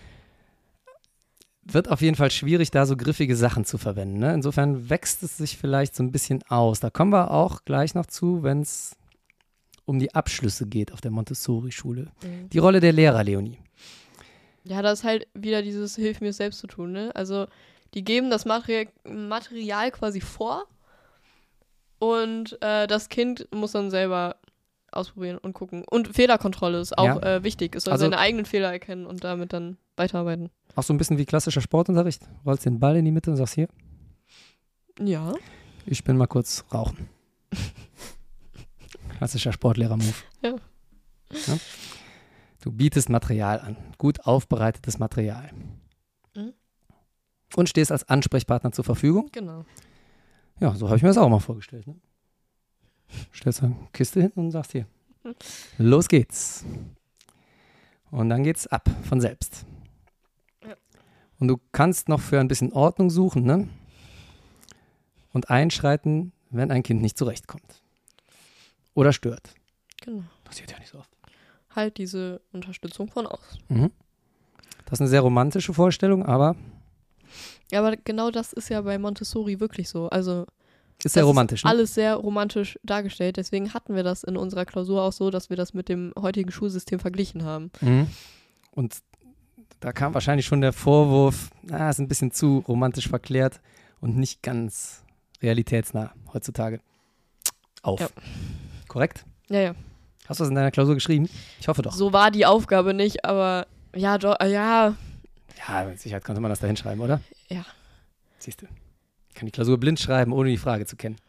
Wird auf jeden Fall schwierig, da so griffige Sachen zu verwenden. Ne? Insofern wächst es sich vielleicht so ein bisschen aus. Da kommen wir auch gleich noch zu, wenn es um die Abschlüsse geht auf der Montessori-Schule. Mhm. Die Rolle der Lehrer, Leonie. Ja, das ist halt wieder dieses Hilf mir es selbst zu tun, ne? Also, die geben das Materi- Material quasi vor und äh, das Kind muss dann selber ausprobieren und gucken. Und Fehlerkontrolle ist auch Ja. äh, wichtig. Es soll Also- seine eigenen Fehler erkennen und damit dann weiterarbeiten. Auch so ein bisschen wie klassischer Sportunterricht. Rollst den Ball in die Mitte und sagst hier, Ja. ich bin mal kurz rauchen. Klassischer Sportlehrer-Move. Ja. Ja? Du bietest Material an, gut aufbereitetes Material. Mhm. Und stehst als Ansprechpartner zur Verfügung. Genau. Ja, so habe ich mir das auch mal vorgestellt. Ne? Stellst eine Kiste hin und sagst hier, los geht's. Und dann geht's ab von selbst. Ja. Und du kannst noch für ein bisschen Ordnung suchen, ne? Und einschreiten, wenn ein Kind nicht zurechtkommt. Oder stört. Genau. Passiert ja nicht so oft. Halt diese Unterstützung von außen. Mhm. Das ist eine sehr romantische Vorstellung, aber Ja, aber genau das ist ja bei Montessori wirklich so. Also ist sehr das romantisch. ist Ne? alles sehr romantisch dargestellt. Deswegen hatten wir das in unserer Klausur auch so, dass wir das mit dem heutigen Schulsystem verglichen haben. Mhm. Und da kam wahrscheinlich schon der Vorwurf, na, ist ein bisschen zu romantisch verklärt und nicht ganz realitätsnah heutzutage auf. Ja. Korrekt? Ja, ja. Hast du das in deiner Klausur geschrieben? Ich hoffe doch. So war die Aufgabe nicht, aber ja, doch, äh, ja, Ja, mit Sicherheit konnte man das da hinschreiben, oder? Ja. Siehst du. Ich kann die Klausur blind schreiben, ohne die Frage zu kennen.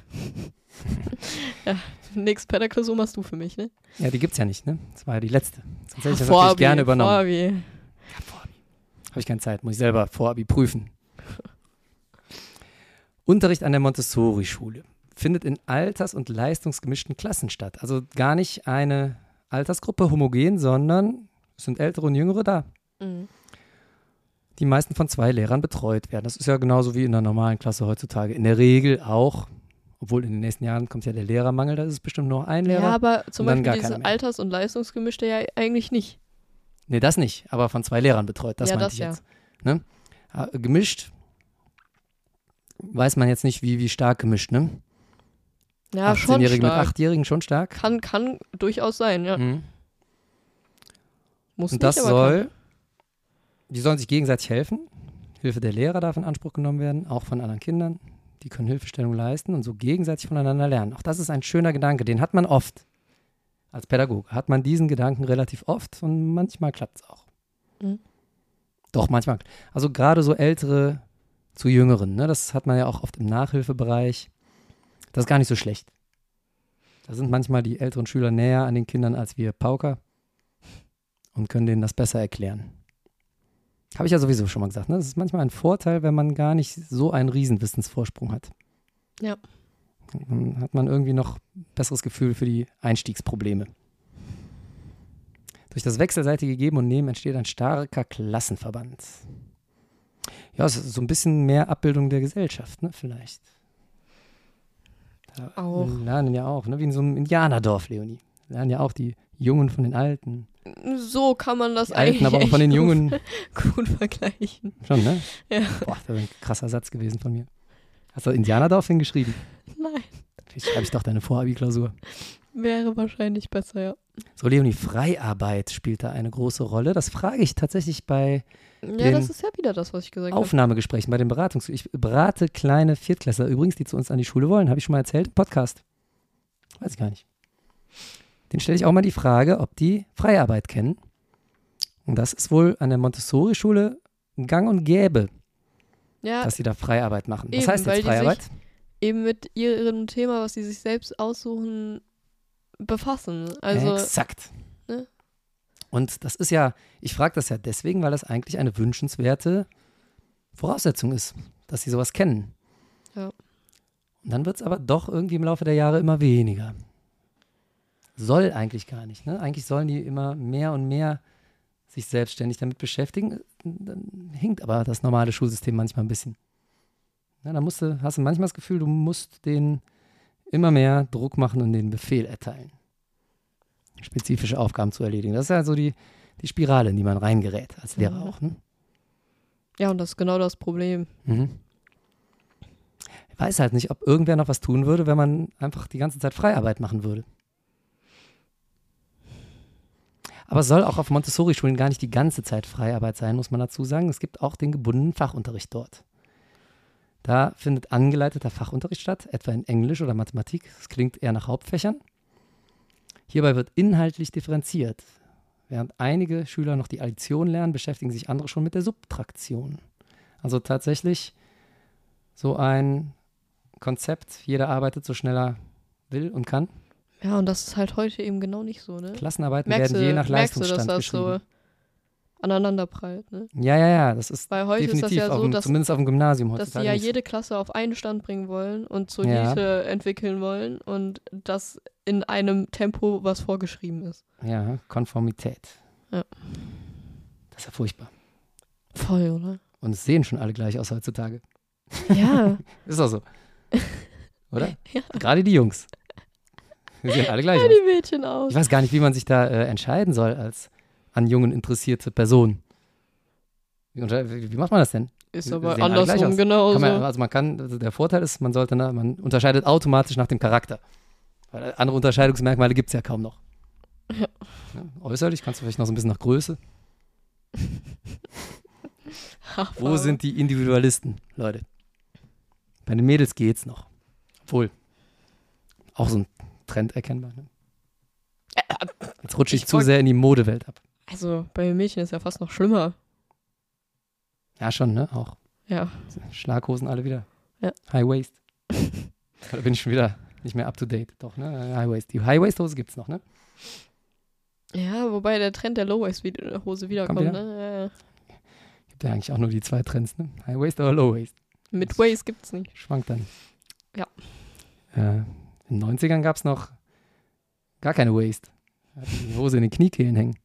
nix per der Klausur machst du für mich, ne? Ja, die gibt's ja nicht, ne? Das war ja die letzte. Sonst hätte ich das Vorabi, natürlich gerne übernommen. Vorabi. Ja, Vorabi. Habe ich keine Zeit, muss ich selber Vorabi prüfen. Unterricht an der Montessori-Schule findet in alters- und leistungsgemischten Klassen statt. Also gar nicht eine Altersgruppe homogen, sondern es sind Ältere und Jüngere da, Mhm. die meisten von zwei Lehrern betreut werden. Das ist ja genauso wie in der normalen Klasse heutzutage. In der Regel auch, obwohl in den nächsten Jahren kommt ja der Lehrermangel, da ist es bestimmt nur ein Lehrer. Ja, aber zum und dann Beispiel gar diese keiner mehr. Alters- und Leistungsgemischte ja eigentlich nicht. Nee, das nicht, aber von zwei Lehrern betreut, das Ja, meinte das ich ja. jetzt. Ne? Ah, Gemischt weiß man jetzt nicht, wie, wie stark gemischt, ne? Ja, schon achtzehnjährige mit stark. achtjährigen, schon stark. Kann, kann durchaus sein, ja. Mhm. Muss Und nicht, das aber soll, kann. die sollen sich gegenseitig helfen. Hilfe der Lehrer darf in Anspruch genommen werden, auch von anderen Kindern. Die können Hilfestellung leisten und so gegenseitig voneinander lernen. Auch das ist ein schöner Gedanke, den hat man oft. Als Pädagoge hat man diesen Gedanken relativ oft und manchmal klappt es auch. Mhm. Doch, manchmal. Also gerade so Ältere zu Jüngeren, ne, das hat man ja auch oft im Nachhilfebereich. Das ist gar nicht so schlecht. Da sind manchmal die älteren Schüler näher an den Kindern als wir Pauker und können denen das besser erklären. Habe ich ja sowieso schon mal gesagt. Ne? Das ist manchmal ein Vorteil, wenn man gar nicht so einen Riesenwissensvorsprung hat. Ja. Dann hat man irgendwie noch ein besseres Gefühl für die Einstiegsprobleme. Durch das wechselseitige Geben und Nehmen entsteht ein starker Klassenverband. Ja, es ist so ein bisschen mehr Abbildung der Gesellschaft, ne, vielleicht. Da Auch. lernen ja auch, ne, wie in so einem Indianerdorf, Leonie. Lernen ja auch die Jungen von den Alten. So kann man das Die eigentlich Alten, aber auch von den echt Jungen. gut, gut vergleichen. Schon, ne? Ja. Boah, das ist ein krasser Satz gewesen von mir. Hast du Indianerdorf hingeschrieben? Nein, Vielleicht schreibe ich doch deine Vorabi-Klausur. wäre wahrscheinlich besser, ja. So, Leonie, Freiarbeit spielt da eine große Rolle. Das frage ich tatsächlich bei Ja, Den das ist ja wieder das, was ich gesagt habe. Aufnahmegesprächen, bei den Beratungs... Ich berate kleine Viertklässler, übrigens, die zu uns an die Schule wollen. Habe ich schon mal erzählt im Podcast. Weiß ich gar nicht. Den stelle ich auch mal die Frage, ob die Freiarbeit kennen. Und das ist wohl an der Montessori-Schule gang und gäbe, Ja, dass sie da Freiarbeit machen. Was eben, heißt weil jetzt die sich- Freiarbeit? eben mit ihrem Thema, was sie sich selbst aussuchen, befassen. Also, Exakt. ne? Und das ist ja, ich frage das ja deswegen, weil das eigentlich eine wünschenswerte Voraussetzung ist, dass sie sowas kennen. Ja. Und dann wird es aber doch irgendwie im Laufe der Jahre immer weniger. Soll eigentlich gar nicht. Ne? Eigentlich sollen die immer mehr und mehr sich selbstständig damit beschäftigen. Dann hinkt aber das normale Schulsystem manchmal ein bisschen. Ja, da musst du, hast du manchmal das Gefühl, du musst denen immer mehr Druck machen und den Befehl erteilen, spezifische Aufgaben zu erledigen. Das ist ja so die, die Spirale, in die man reingerät, als Lehrer Mhm. auch. Ne? Ja, und das ist genau das Problem. Mhm. Ich weiß halt nicht, ob irgendwer noch was tun würde, wenn man einfach die ganze Zeit Freiarbeit machen würde. Aber es soll auch auf Montessori-Schulen gar nicht die ganze Zeit Freiarbeit sein, muss man dazu sagen. Es gibt auch den gebundenen Fachunterricht dort. Da findet angeleiteter Fachunterricht statt, etwa in Englisch oder Mathematik. Das klingt eher nach Hauptfächern. Hierbei wird inhaltlich differenziert. Während einige Schüler noch die Addition lernen, beschäftigen sich andere schon mit der Subtraktion. Also tatsächlich so ein Konzept, jeder arbeitet so schnell er will und kann. Ja, und das ist halt heute eben genau nicht so, ne? Klassenarbeiten Merkst werden du, je nach merkst du, Leistungsstand dass das geschrieben. so aneinander prallt, ne? Ja, ja, ja, das ist Weil heute ist das definitiv, ja auf so, dem, dass, zumindest auf dem Gymnasium dass heutzutage sie ja nicht. jede Klasse auf einen Stand bringen wollen und zur Ja. Elite entwickeln wollen und das in einem Tempo, was vorgeschrieben ist. Ja, Konformität. Ja. Das ist ja furchtbar. Voll, oder? Und es sehen schon alle gleich aus heutzutage. Ja. Ist auch so. Oder? Ja. Gerade die Jungs. Die sehen alle gleich Ja, aus. die Mädchen auch. Ich weiß gar nicht, wie man sich da äh, entscheiden soll als an Jungen interessierte Person. Wie, unter- wie, wie macht man das denn? Ist Sie aber sehen alle gleich andersrum aus. genauso. Kann man, also man kann, also der Vorteil ist, man sollte, na, man unterscheidet automatisch nach dem Charakter. Weil andere Unterscheidungsmerkmale gibt es ja kaum noch. Ja. Ja, äußerlich kannst du vielleicht noch so ein bisschen nach Größe. Wo sind die Individualisten, Leute? Bei den Mädels geht's noch. Obwohl, auch so ein Trend erkennbar. Ne? Jetzt rutsche ich, ich zu wollt- sehr in die Modewelt ab. Also, bei den Mädchen ist ja fast noch schlimmer. Ja, schon, ne? Auch. Ja. Schlaghosen alle wieder. Ja. High Waist. Da bin ich schon wieder nicht mehr up to date. Doch, ne? High Waist. Die High Waist Hose gibt's noch, ne? Ja, wobei der Trend der Low-Waist-Hose wiederkommt, wieder? ne? Ja, ja. Gibt ja eigentlich auch nur die zwei Trends, ne? High Waist oder Low Waist. Mit Waist gibt's nicht. Schwankt dann. Ja. Äh, in den neunzigern gab es noch gar keine Waist. Da hatten die Hose in den Kniekehlen hängen.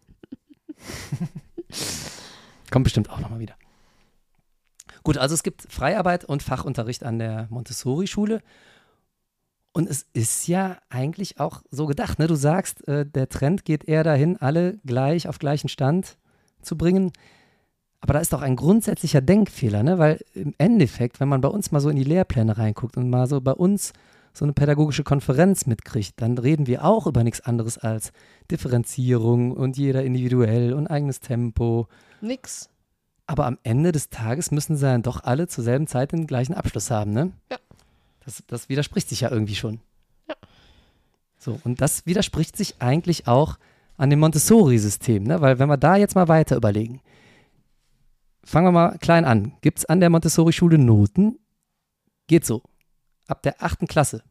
Kommt bestimmt auch nochmal wieder. Gut, also es gibt Freiarbeit und Fachunterricht an der Montessori-Schule. Und es ist ja eigentlich auch so gedacht, ne? Du sagst, äh, der Trend geht eher dahin, alle gleich auf gleichen Stand zu bringen. Aber da ist doch ein grundsätzlicher Denkfehler, ne? Weil im Endeffekt, wenn man bei uns mal so in die Lehrpläne reinguckt und mal so bei uns so eine pädagogische Konferenz mitkriegt, dann reden wir auch über nichts anderes als Differenzierung und jeder individuell und eigenes Tempo. Nix. Aber am Ende des Tages müssen sie dann doch alle zur selben Zeit den gleichen Abschluss haben, ne? Ja. Das, das widerspricht sich ja irgendwie schon. Ja. So, und das widerspricht sich eigentlich auch an dem Montessori-System, ne? Weil wenn wir da jetzt mal weiter überlegen, fangen wir mal klein an. Gibt es an der Montessori-Schule Noten? Geht so. Ab der achten Klasse,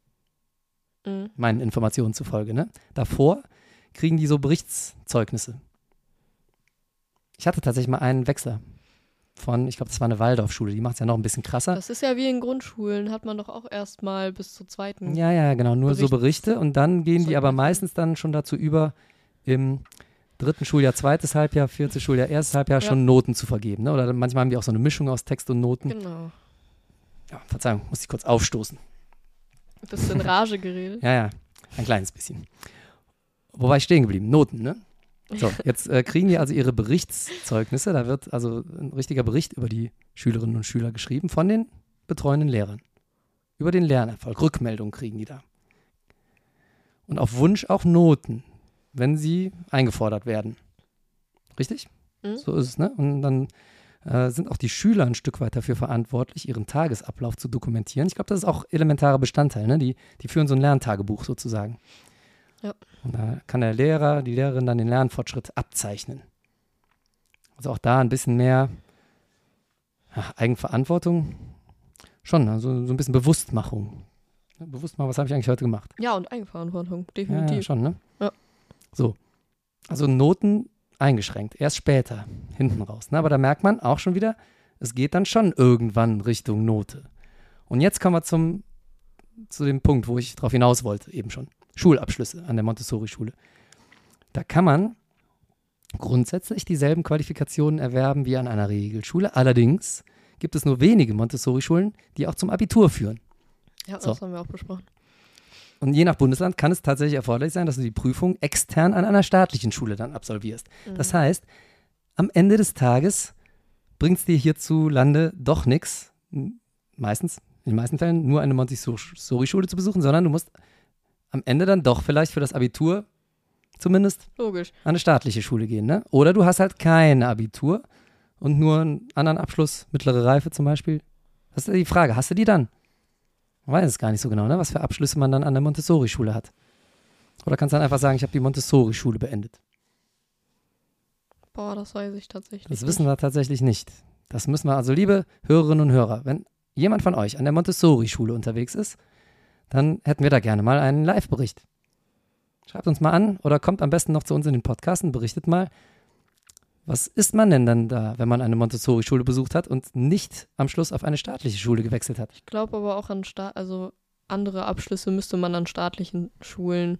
Mhm. meinen Informationen zufolge, ne? Davor kriegen die so Berichtszeugnisse. Ich hatte tatsächlich mal einen Wechsler von, ich glaube, das war eine Waldorfschule, die macht es ja noch ein bisschen krasser. Das ist ja wie in Grundschulen, hat man doch auch erstmal bis zur zweiten. Ja, ja, genau, nur so Berichts- Berichte und dann gehen die aber Zeugnisse. meistens dann schon dazu über, im dritten Schuljahr, zweites Halbjahr, viertes Schuljahr, erstes Halbjahr Ja. schon Noten zu vergeben. Ne? Oder manchmal haben die auch so eine Mischung aus Text und Noten. Genau. Ja, Verzeihung, muss ich kurz aufstoßen. Bist du in Rage geredet? Ja, ja, ein kleines bisschen. Wo war ich stehen geblieben? Noten, ne? So, jetzt äh, kriegen die also ihre Berichtszeugnisse. Da wird also ein richtiger Bericht über die Schülerinnen und Schüler geschrieben von den betreuenden Lehrern. Über den Lernerfolg. Rückmeldungen kriegen die da. Und auf Wunsch auch Noten, wenn sie eingefordert werden. Richtig? Mhm. So ist es, ne? Und dann äh, sind auch die Schüler ein Stück weit dafür verantwortlich, ihren Tagesablauf zu dokumentieren. Ich glaube, das ist auch elementarer Bestandteil, ne? Die, die führen so ein Lerntagebuch sozusagen. Ja. Und da kann der Lehrer, die Lehrerin dann den Lernfortschritt abzeichnen. Also auch da ein bisschen mehr ja, Eigenverantwortung. Schon, also so ein bisschen Bewusstmachung. Ja, bewusst machen, was habe ich eigentlich heute gemacht? Ja, und Eigenverantwortung, Ja, definitiv. ja, schon, ne? Ja. So. Also Noten eingeschränkt, erst später, hinten raus. Ne? Aber da merkt man auch schon wieder, es geht dann schon irgendwann Richtung Note. Und jetzt kommen wir zum, zu dem Punkt, wo ich drauf hinaus wollte, eben schon. Schulabschlüsse an der Montessori-Schule. Da kann man grundsätzlich dieselben Qualifikationen erwerben wie an einer Regelschule. Allerdings gibt es nur wenige Montessori-Schulen, die auch zum Abitur führen. Ja, So. das haben wir auch besprochen. Und je nach Bundesland kann es tatsächlich erforderlich sein, dass du die Prüfung extern an einer staatlichen Schule dann absolvierst. Das Mhm. heißt, am Ende des Tages bringt es dir hierzulande doch nichts, meistens, in den meisten Fällen nur eine Montessori-Schule zu besuchen, sondern du musst am Ende dann doch vielleicht für das Abitur zumindest Logisch. an eine staatliche Schule gehen. Ne? Oder du hast halt kein Abitur und nur einen anderen Abschluss, mittlere Reife zum Beispiel. Das ist die Frage, hast du die dann? Man weiß es gar nicht so genau, ne? Was für Abschlüsse man dann an der Montessori-Schule hat. Oder kannst du dann einfach sagen, ich habe die Montessori-Schule beendet. Boah, das weiß ich tatsächlich Das nicht. wissen wir tatsächlich nicht. Das müssen wir, also liebe Hörerinnen und Hörer, wenn jemand von euch an der Montessori-Schule unterwegs ist, dann hätten wir da gerne mal einen Live-Bericht. Schreibt uns mal an oder kommt am besten noch zu uns in den Podcast und berichtet mal, was ist man denn dann da, wenn man eine Montessori-Schule besucht hat und nicht am Schluss auf eine staatliche Schule gewechselt hat? Ich glaube aber auch an Staat, also andere Abschlüsse müsste man an staatlichen Schulen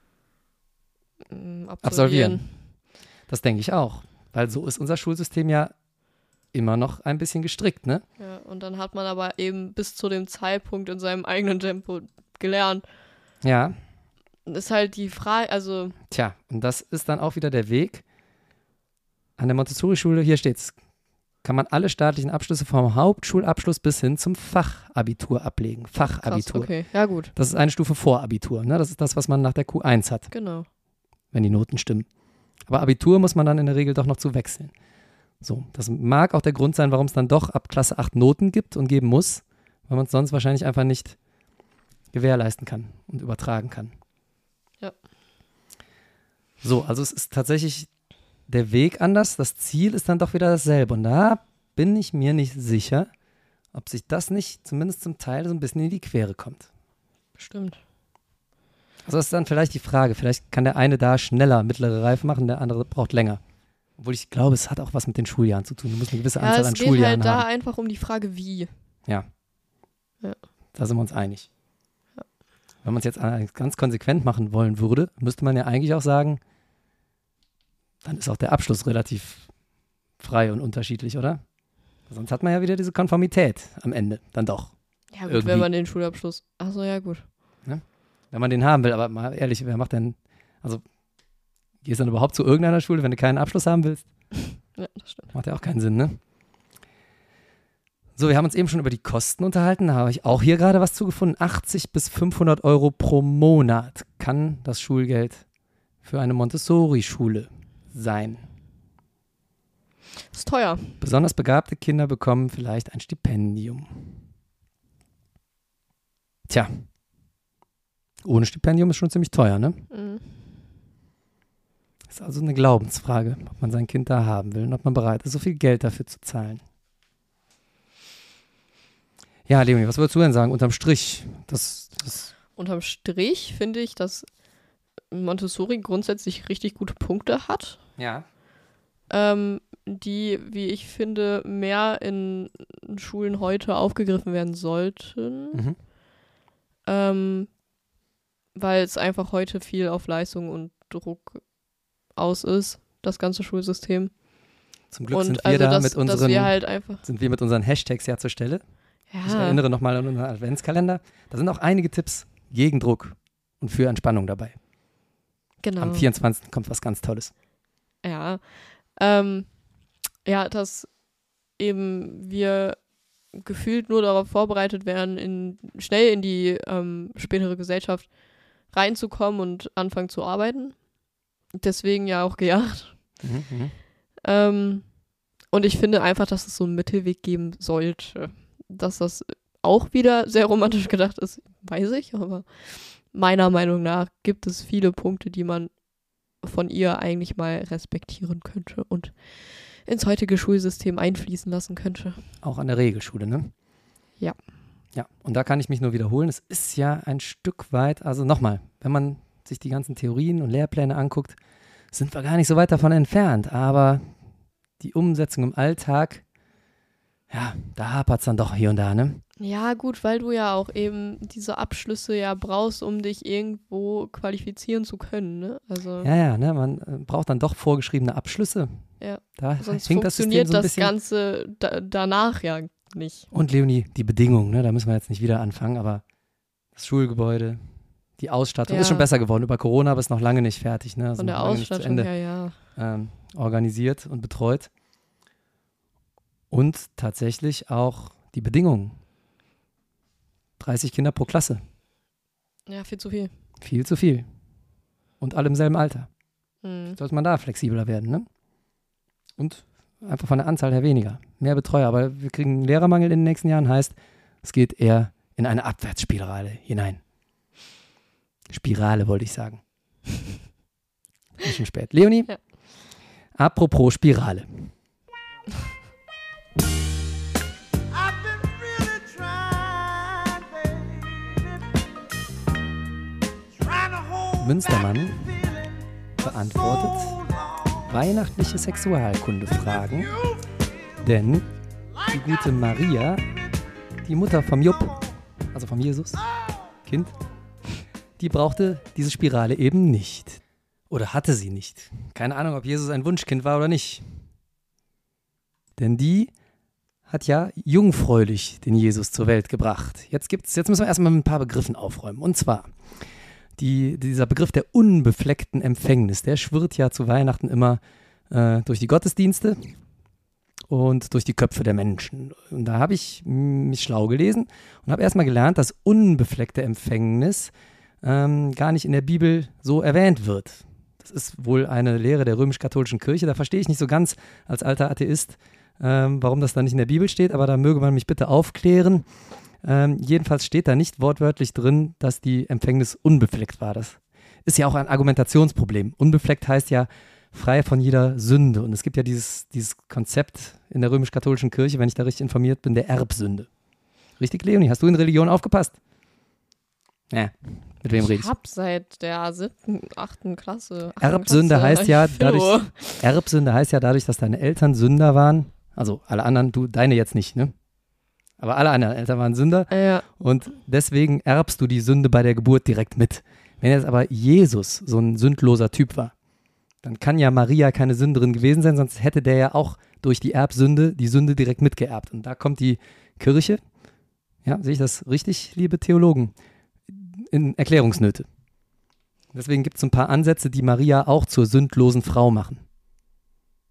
ähm, absolvieren. Absolvieren. Das denke ich auch, weil so ist unser Schulsystem ja immer noch ein bisschen gestrickt, ne? Ja, und dann hat man aber eben bis zu dem Zeitpunkt in seinem eigenen Tempo gelernt. Ja, Das ist halt die Frage, also tja, und das ist dann auch wieder der Weg. An der Montessori-Schule, hier steht's, kann man alle staatlichen Abschlüsse vom Hauptschulabschluss bis hin zum Fachabitur ablegen. krass, Fachabitur. okay, ja gut, Das ist eine Stufe vor Abitur. Ne? Das ist das, was man nach der Q eins hat, genau. wenn die Noten stimmen. Aber Abitur muss man dann in der Regel doch noch zu wechseln. So, das mag auch der Grund sein, warum es dann doch ab Klasse acht Noten gibt und geben muss, weil man es sonst wahrscheinlich einfach nicht gewährleisten kann und übertragen kann. Ja. So, also es ist tatsächlich der Weg anders, das Ziel ist dann doch wieder dasselbe. Und da bin ich mir nicht sicher, ob sich das nicht zumindest zum Teil so ein bisschen in die Quere kommt. Bestimmt. Also das ist dann vielleicht die Frage, vielleicht kann der eine da schneller mittlere Reife machen, der andere braucht länger. Obwohl ich glaube, es hat auch was mit den Schuljahren zu tun. Du musst eine gewisse Ja, Anzahl es an geht Schuljahren halt da haben. einfach um die Frage, wie. Ja. Ja. Da sind wir uns einig. Ja. Wenn man es jetzt ganz konsequent machen wollen würde, müsste man ja eigentlich auch sagen, dann ist auch der Abschluss relativ frei und unterschiedlich, oder? Sonst hat man ja wieder diese Konformität am Ende, dann doch. Ja gut, Irgendwie. wenn man den Schulabschluss, achso, ja gut. Wenn man den haben will, aber mal ehrlich, wer macht denn, also gehst du dann überhaupt zu irgendeiner Schule, wenn du keinen Abschluss haben willst? Ja, das das stimmt. Macht ja auch keinen Sinn, ne? So, wir haben uns eben schon über die Kosten unterhalten. Da habe ich auch hier gerade was zugefunden. achtzig bis fünfhundert Euro pro Monat kann das Schulgeld für eine Montessori-Schule sein. Das ist teuer. Besonders begabte Kinder bekommen vielleicht ein Stipendium. Tja, ohne Stipendium ist schon ziemlich teuer, ne? Mhm. Ist also eine Glaubensfrage, ob man sein Kind da haben will und ob man bereit ist, so viel Geld dafür zu zahlen. Ja, Leonie, was würdest du denn sagen, unterm Strich? Das, das Unterm Strich finde ich, dass Montessori grundsätzlich richtig gute Punkte hat, ja. ähm, die, wie ich finde, mehr in Schulen heute aufgegriffen werden sollten. Mhm. Ähm, weil es einfach heute viel auf Leistung und Druck aus ist, das ganze Schulsystem. Zum Glück und sind wir also, da dass, mit dass unseren, wir halt einfach. sind wir mit unseren Hashtags ja zur Stelle. Ich Ja, erinnere nochmal an unseren Adventskalender. Da sind auch einige Tipps gegen Druck und für Entspannung dabei. genau. Am vierundzwanzigsten kommt was ganz Tolles. Ja. Ähm, ja, dass eben wir gefühlt nur darauf vorbereitet werden, in, schnell in die ähm, spätere Gesellschaft reinzukommen und anfangen zu arbeiten. Deswegen ja auch gejagt. Mhm, mhm. Ähm, und ich finde einfach, dass es so einen Mittelweg geben sollte. Dass das auch wieder sehr romantisch gedacht ist, weiß ich, aber meiner Meinung nach gibt es viele Punkte, die man von ihr eigentlich mal respektieren könnte und ins heutige Schulsystem einfließen lassen könnte. Auch an der Regelschule, ne? Ja. Ja, und da kann ich mich nur wiederholen. Es ist ja ein Stück weit, also nochmal, wenn man sich die ganzen Theorien und Lehrpläne anguckt, sind wir gar nicht so weit davon entfernt. Aber die Umsetzung im Alltag, ja, da hapert es dann doch hier und da, ne? Ja, gut, weil du ja auch eben diese Abschlüsse ja brauchst, um dich irgendwo qualifizieren zu können, ne? Also Ja, ja, ne? Man äh, braucht dann doch vorgeschriebene Abschlüsse. Ja. Da sonst hinkt das System funktioniert so ein das bisschen. Ganze da, danach ja nicht. Und Leonie, die Bedingungen, ne? Da müssen wir jetzt nicht wieder anfangen, aber das Schulgebäude, die Ausstattung Ja. ist schon besser geworden. Über Corona aber ist noch lange nicht fertig, ne? Also Von der noch lange nicht zu Ausstattung Ende her, ja. ähm, organisiert und betreut. Und tatsächlich auch die Bedingungen. dreißig Kinder pro Klasse. Ja, viel zu viel. Viel zu viel. Und alle im selben Alter. Hm. Sollte man da flexibler werden, ne? Und einfach von der Anzahl her weniger. Mehr Betreuer. Aber wir kriegen einen Lehrermangel in den nächsten Jahren. Heißt, es geht eher in eine Abwärtsspirale hinein. Spirale wollte ich sagen. Ist schon spät. Leonie? Ja. Apropos Spirale. I've been really trying, baby. Trying to hold Münstermann back the feeling beantwortet so long. weihnachtliche Sexualkundefragen, denn die gute Maria, die Mutter vom Jupp, also vom Jesus, Kind, die brauchte diese Spirale eben nicht. Oder hatte sie nicht. Keine Ahnung, ob Jesus ein Wunschkind war oder nicht. Denn die hat ja jungfräulich den Jesus zur Welt gebracht. Jetzt gibt's, jetzt müssen wir erstmal mit ein paar Begriffen aufräumen. Und zwar die, dieser Begriff der unbefleckten Empfängnis, der schwirrt ja zu Weihnachten immer äh, durch die Gottesdienste und durch die Köpfe der Menschen. Und da habe ich mich schlau gelesen und habe erstmal gelernt, dass unbefleckte Empfängnis ähm, gar nicht in der Bibel so erwähnt wird. Das ist wohl eine Lehre der römisch-katholischen Kirche. Da verstehe ich nicht so ganz als alter Atheist, ähm, warum das da nicht in der Bibel steht, aber da möge man mich bitte aufklären. Ähm, jedenfalls steht da nicht wortwörtlich drin, dass die Empfängnis unbefleckt war. Das ist ja auch ein Argumentationsproblem. Unbefleckt heißt ja frei von jeder Sünde. Und es gibt ja dieses, dieses Konzept in der römisch-katholischen Kirche, wenn ich da richtig informiert bin, der Erbsünde. Richtig, Leonie? Hast du in Religion aufgepasst? Ja, mit wem rede ich? Ich hab seit der siebten, achten Klasse. achten Erbsünde Klasse heißt ja Philo. dadurch, Erbsünde heißt ja dadurch, dass deine Eltern Sünder waren. Also alle anderen, du, deine jetzt nicht, ne? Aber alle anderen Eltern waren Sünder. Ja, Und deswegen erbst du die Sünde bei der Geburt direkt mit. Wenn jetzt aber Jesus so ein sündloser Typ war, dann kann ja Maria keine Sünderin gewesen sein, sonst hätte der ja auch durch die Erbsünde die Sünde direkt mitgeerbt. Und da kommt die Kirche, ja, sehe ich das richtig, liebe Theologen, in Erklärungsnöte. Deswegen gibt es ein paar Ansätze, die Maria auch zur sündlosen Frau machen.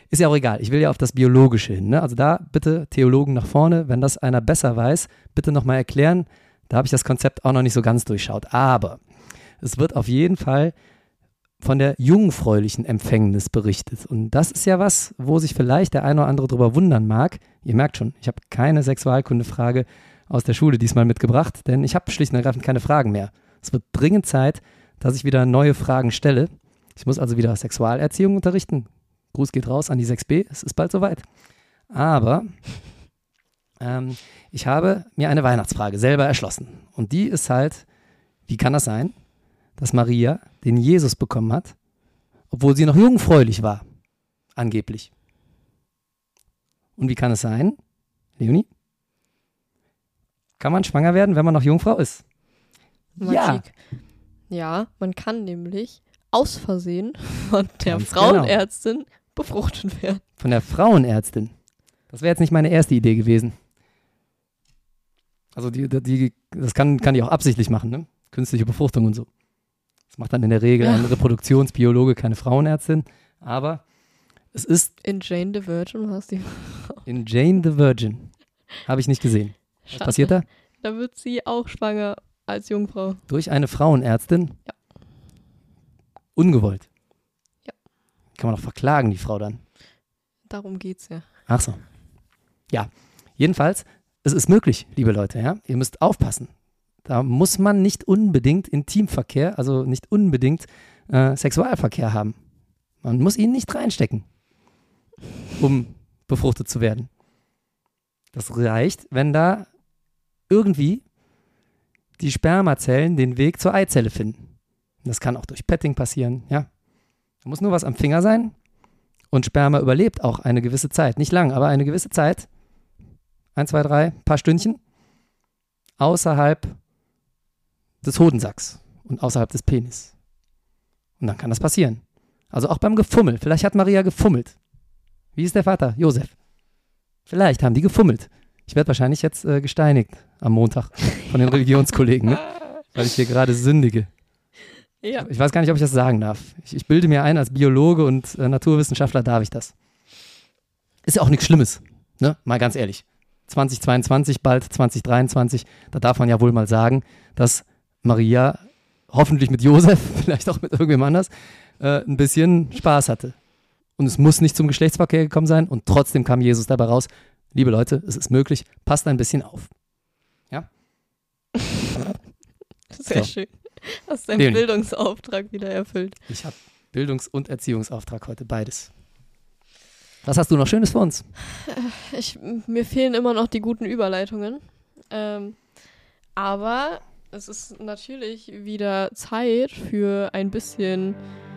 Ist ja auch egal, ich will ja auf das Biologische hin. Ne? Also da bitte Theologen nach vorne, wenn das einer besser weiß, bitte nochmal erklären. Da habe ich das Konzept auch noch nicht so ganz durchschaut. Aber es wird auf jeden Fall von der jungfräulichen Empfängnis berichtet. Und das ist ja was, wo sich vielleicht der eine oder andere drüber wundern mag. Ihr merkt schon, ich habe keine Sexualkundefrage aus der Schule diesmal mitgebracht, denn ich habe schlicht und ergreifend keine Fragen mehr. Es wird dringend Zeit, dass ich wieder neue Fragen stelle. Ich muss also wieder Sexualerziehung unterrichten. Gruß geht raus an die sechs b, es ist bald soweit. Aber ähm, ich habe mir eine Weihnachtsfrage selber erschlossen. Und die ist halt, wie kann das sein, dass Maria den Jesus bekommen hat, obwohl sie noch jungfräulich war, angeblich. Und wie kann es sein, Leonie? Kann man schwanger werden, wenn man noch Jungfrau ist? Ja. Magic. Ja, man kann nämlich aus Versehen von der Ganz Frauenärztin befruchtet werden. Von der Frauenärztin. Das wäre jetzt nicht meine erste Idee gewesen. Also die, die, das kann, kann die auch absichtlich machen, ne? Künstliche Befruchtung und so. Das macht dann in der Regel Ja. ein Reproduktionsbiologe, keine Frauenärztin. Aber es ist In Jane the Virgin hast du. in Jane the Virgin. Habe ich nicht gesehen. Was Schade. passiert da? Da wird sie auch schwanger als Jungfrau. Durch eine Frauenärztin? Ja. Ungewollt? Ja. Kann man doch verklagen, die Frau dann. Darum geht's ja. Ach so. Ja, jedenfalls, es ist möglich, liebe Leute, ja. Ihr müsst aufpassen. Da muss man nicht unbedingt Intimverkehr, also nicht unbedingt äh, Sexualverkehr haben. Man muss ihn nicht reinstecken, um befruchtet zu werden. Das reicht, wenn da irgendwie die Spermazellen den Weg zur Eizelle finden. Das kann auch durch Petting passieren, ja. Da muss nur was am Finger sein und Sperma überlebt auch eine gewisse Zeit. Nicht lang, aber eine gewisse Zeit. Ein, zwei, drei, paar Stündchen außerhalb des Hodensacks und außerhalb des Penis. Und dann kann das passieren. Also auch beim Gefummel. Vielleicht hat Maria gefummelt. Wie ist der Vater? Josef. Vielleicht haben die gefummelt. Ich werde wahrscheinlich jetzt äh, gesteinigt am Montag von den Religionskollegen, ne? Weil ich hier gerade sündige. Ja. Ich weiß gar nicht, ob ich das sagen darf. Ich, ich bilde mir ein, als Biologe und äh, Naturwissenschaftler darf ich das. Ist ja auch nichts Schlimmes, ne? Mal ganz ehrlich. zwanzig zweiundzwanzig, bald zwanzig dreiundzwanzig, da darf man ja wohl mal sagen, dass Maria hoffentlich mit Josef, vielleicht auch mit irgendwem anders, äh, ein bisschen Spaß hatte. Und es muss nicht zum Geschlechtsverkehr gekommen sein und trotzdem kam Jesus dabei raus. Liebe Leute, es ist möglich, passt ein bisschen auf. Sehr So. schön. Hast deinen Leonie. Bildungsauftrag wieder erfüllt. Ich habe Bildungs- und Erziehungsauftrag heute, beides. Was hast du noch Schönes für uns? Ich, mir fehlen immer noch die guten Überleitungen. Ähm, aber es ist natürlich wieder Zeit für ein bisschen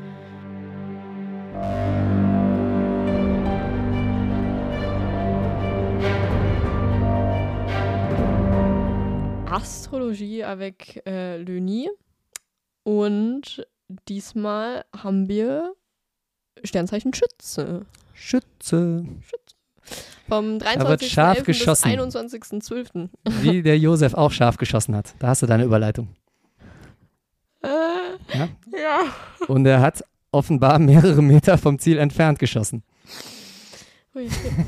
Astrologie avec äh, Leonie. Und diesmal haben wir Sternzeichen Schütze. Schütze. Vom Da wird dreiundzwanzigsten scharf elften bis geschossen. einundzwanzigsten zwölften Wie der Josef auch scharf geschossen hat. Da hast du deine Überleitung. Äh, Ja? ja. Und er hat offenbar mehrere Meter vom Ziel entfernt geschossen. Ui.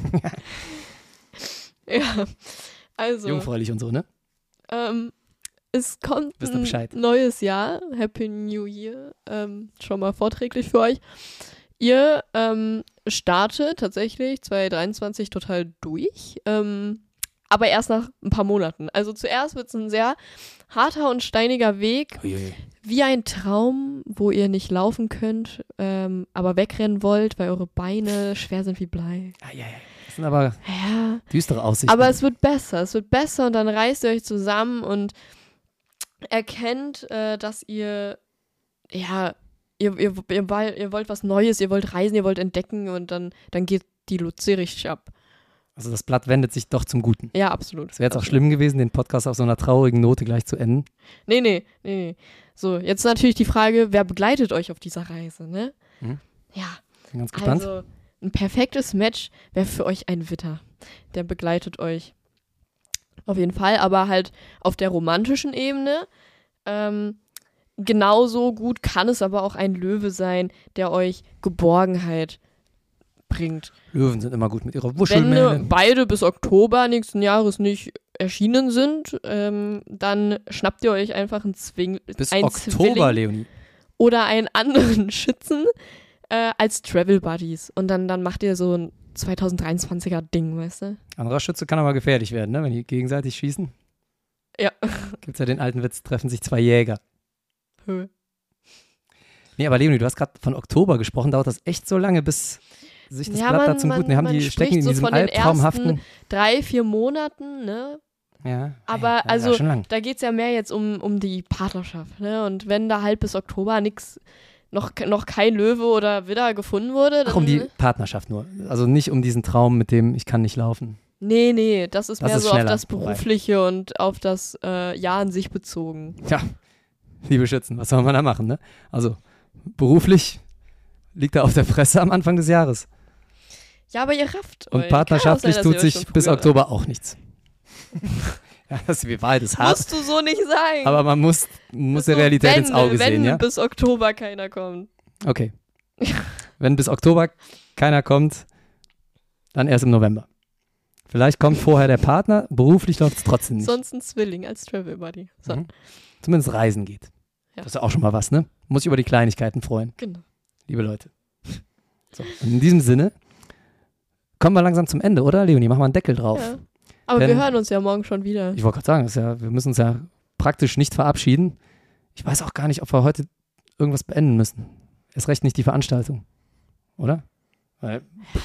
Ja, also, Jungfräulich und so, ne? ähm, es kommt Wisst ihr ein Bescheid? neues Jahr. Happy New Year. Ähm, schon mal vorträglich für euch. Ihr ähm, startet tatsächlich zwanzig dreiundzwanzig total durch, ähm, aber erst nach ein paar Monaten. Also zuerst wird es ein sehr harter und steiniger Weg, Uiui. wie ein Traum, wo ihr nicht laufen könnt, ähm, aber wegrennen wollt, weil eure Beine schwer sind wie Blei. Eieiei. Das sind aber Ja, düstere Aussichten. aber es wird besser, es wird besser und dann reißt ihr euch zusammen und erkennt, äh, dass ihr, ja, ihr, ihr, ihr, weil- ihr wollt was Neues, ihr wollt reisen, ihr wollt entdecken und dann, dann geht die Luze richtig ab. also das Blatt wendet sich doch zum Guten. Ja, absolut. Es wäre jetzt auch absolut. schlimm gewesen, den Podcast auf so einer traurigen Note gleich zu enden. Nee, nee, nee, nee. So, jetzt natürlich die Frage, wer begleitet euch auf dieser Reise, ne? Mhm. Ja, Bin ganz gespannt. also ein perfektes Match wäre für euch ein Widder. Der begleitet euch auf jeden Fall, aber halt auf der romantischen Ebene. Ähm, genauso gut kann es aber auch ein Löwe sein, der euch Geborgenheit bringt. Löwen sind immer gut mit ihrer Wenn Wuschelmähne. äh, beide bis Oktober nächsten Jahres nicht erschienen sind, ähm, dann schnappt ihr euch einfach einen Zwing Bis ein Oktober, Zwilling Leonie. oder einen anderen Schützen äh, als Travel Buddies. Und dann, dann macht ihr so ein zwanzig dreiundzwanziger Ding, weißt du? Anderer Schütze kann aber gefährlich werden, ne? Wenn die gegenseitig schießen. Ja. Gibt's ja den alten Witz, treffen sich zwei Jäger. Hö. Nee, aber Leonie, du hast gerade von Oktober gesprochen. Dauert das echt so lange, bis sich das Ja, Blatt man- da zum man- Guten... Die haben man die spricht stecken in so diesem von den albtraumhaften... Drei, vier Monaten, ne? Ja, Aber ja, also- Ja, schon lang. Da geht es ja mehr jetzt um, um die Partnerschaft, ne? Und wenn da halt bis Oktober nix, noch, noch kein Löwe oder Widder gefunden wurde, dann. Ach, um die Partnerschaft nur. Also nicht um diesen Traum mit dem, ich kann nicht laufen. Nee, nee, das ist Das mehr ist so auf schneller das vorbei. Berufliche und auf das äh, Jahr an sich bezogen. Tja, liebe Schützen, was soll man da machen, ne? Also beruflich liegt er auf der Fresse am Anfang des Jahres. Ja, aber ihr rafft. Und euch. partnerschaftlich Kann auch sein, tut dass ihr euch sich schon bis früher Oktober auch nichts. Ja, das die Wahrheit ist rafft. hart, Musst du so nicht sagen. aber man muss, muss der So, Realität wenn, ins Auge wenn sehen, ja? bis Oktober keiner kommt. Okay. Wenn bis Oktober keiner kommt, dann erst im November. Vielleicht kommt vorher der Partner, beruflich läuft es trotzdem nicht. Sonst ein Zwilling als Travel Buddy. So, Mhm. Zumindest reisen geht. Ja. Das ist ja auch schon mal was, ne? Muss ich über die Kleinigkeiten freuen, genau. liebe Leute. So, und in diesem Sinne kommen wir langsam zum Ende, oder, Leonie? Machen wir einen Deckel drauf. Ja. Aber Wenn- wir hören uns ja morgen schon wieder. Ich wollte gerade sagen, das ist ja, wir müssen uns ja praktisch nicht verabschieden. Ich weiß auch gar nicht, ob wir heute irgendwas beenden müssen. Erst recht nicht die Veranstaltung, oder? Weil,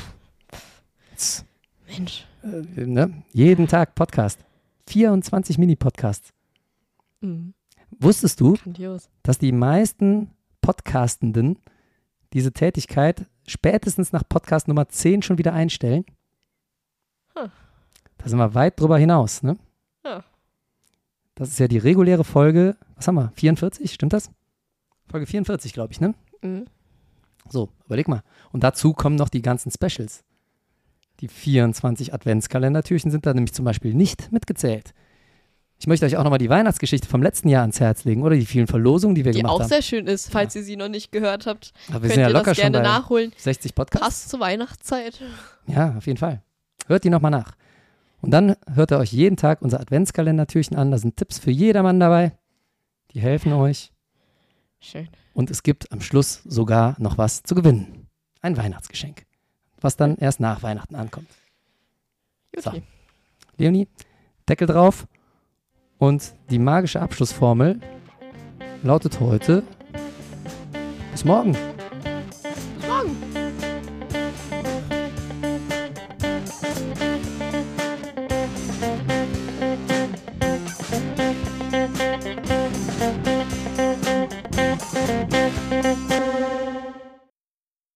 pff, Mensch. äh, ne? Jeden Tag Podcast. vierundzwanzig Mini-Podcasts. Mhm. Wusstest du, Grandios. dass die meisten Podcastenden diese Tätigkeit spätestens nach Podcast Nummer zehn schon wieder einstellen? Huh. Da sind wir weit drüber hinaus, ne? Ja. Das ist ja die reguläre Folge, was haben wir, vierundvierzig, stimmt das? Folge vierundvierzig, glaube ich, ne? Mhm. So, überleg mal. Und dazu kommen noch die ganzen Specials. Die vierundzwanzig Adventskalendertürchen sind da nämlich zum Beispiel nicht mitgezählt. Ich möchte euch auch nochmal die Weihnachtsgeschichte vom letzten Jahr ans Herz legen, oder die vielen Verlosungen, die wir Die gemacht auch haben. sehr schön ist, falls ihr sie noch nicht gehört habt. Aber wir Könnt sind ja ihr locker das schon gerne bei nachholen. sechzig Podcasts. Passt zur Weihnachtszeit. Ja, auf jeden Fall. Hört die nochmal nach. Und dann hört ihr euch jeden Tag unser Adventskalendertürchen an. Da sind Tipps für jedermann dabei. Die helfen euch. Schön. Und es gibt am Schluss sogar noch was zu gewinnen. Ein Weihnachtsgeschenk. Was dann erst nach Weihnachten ankommt. So. Juti. Leonie, Deckel drauf. Und die magische Abschlussformel lautet heute: Bis morgen.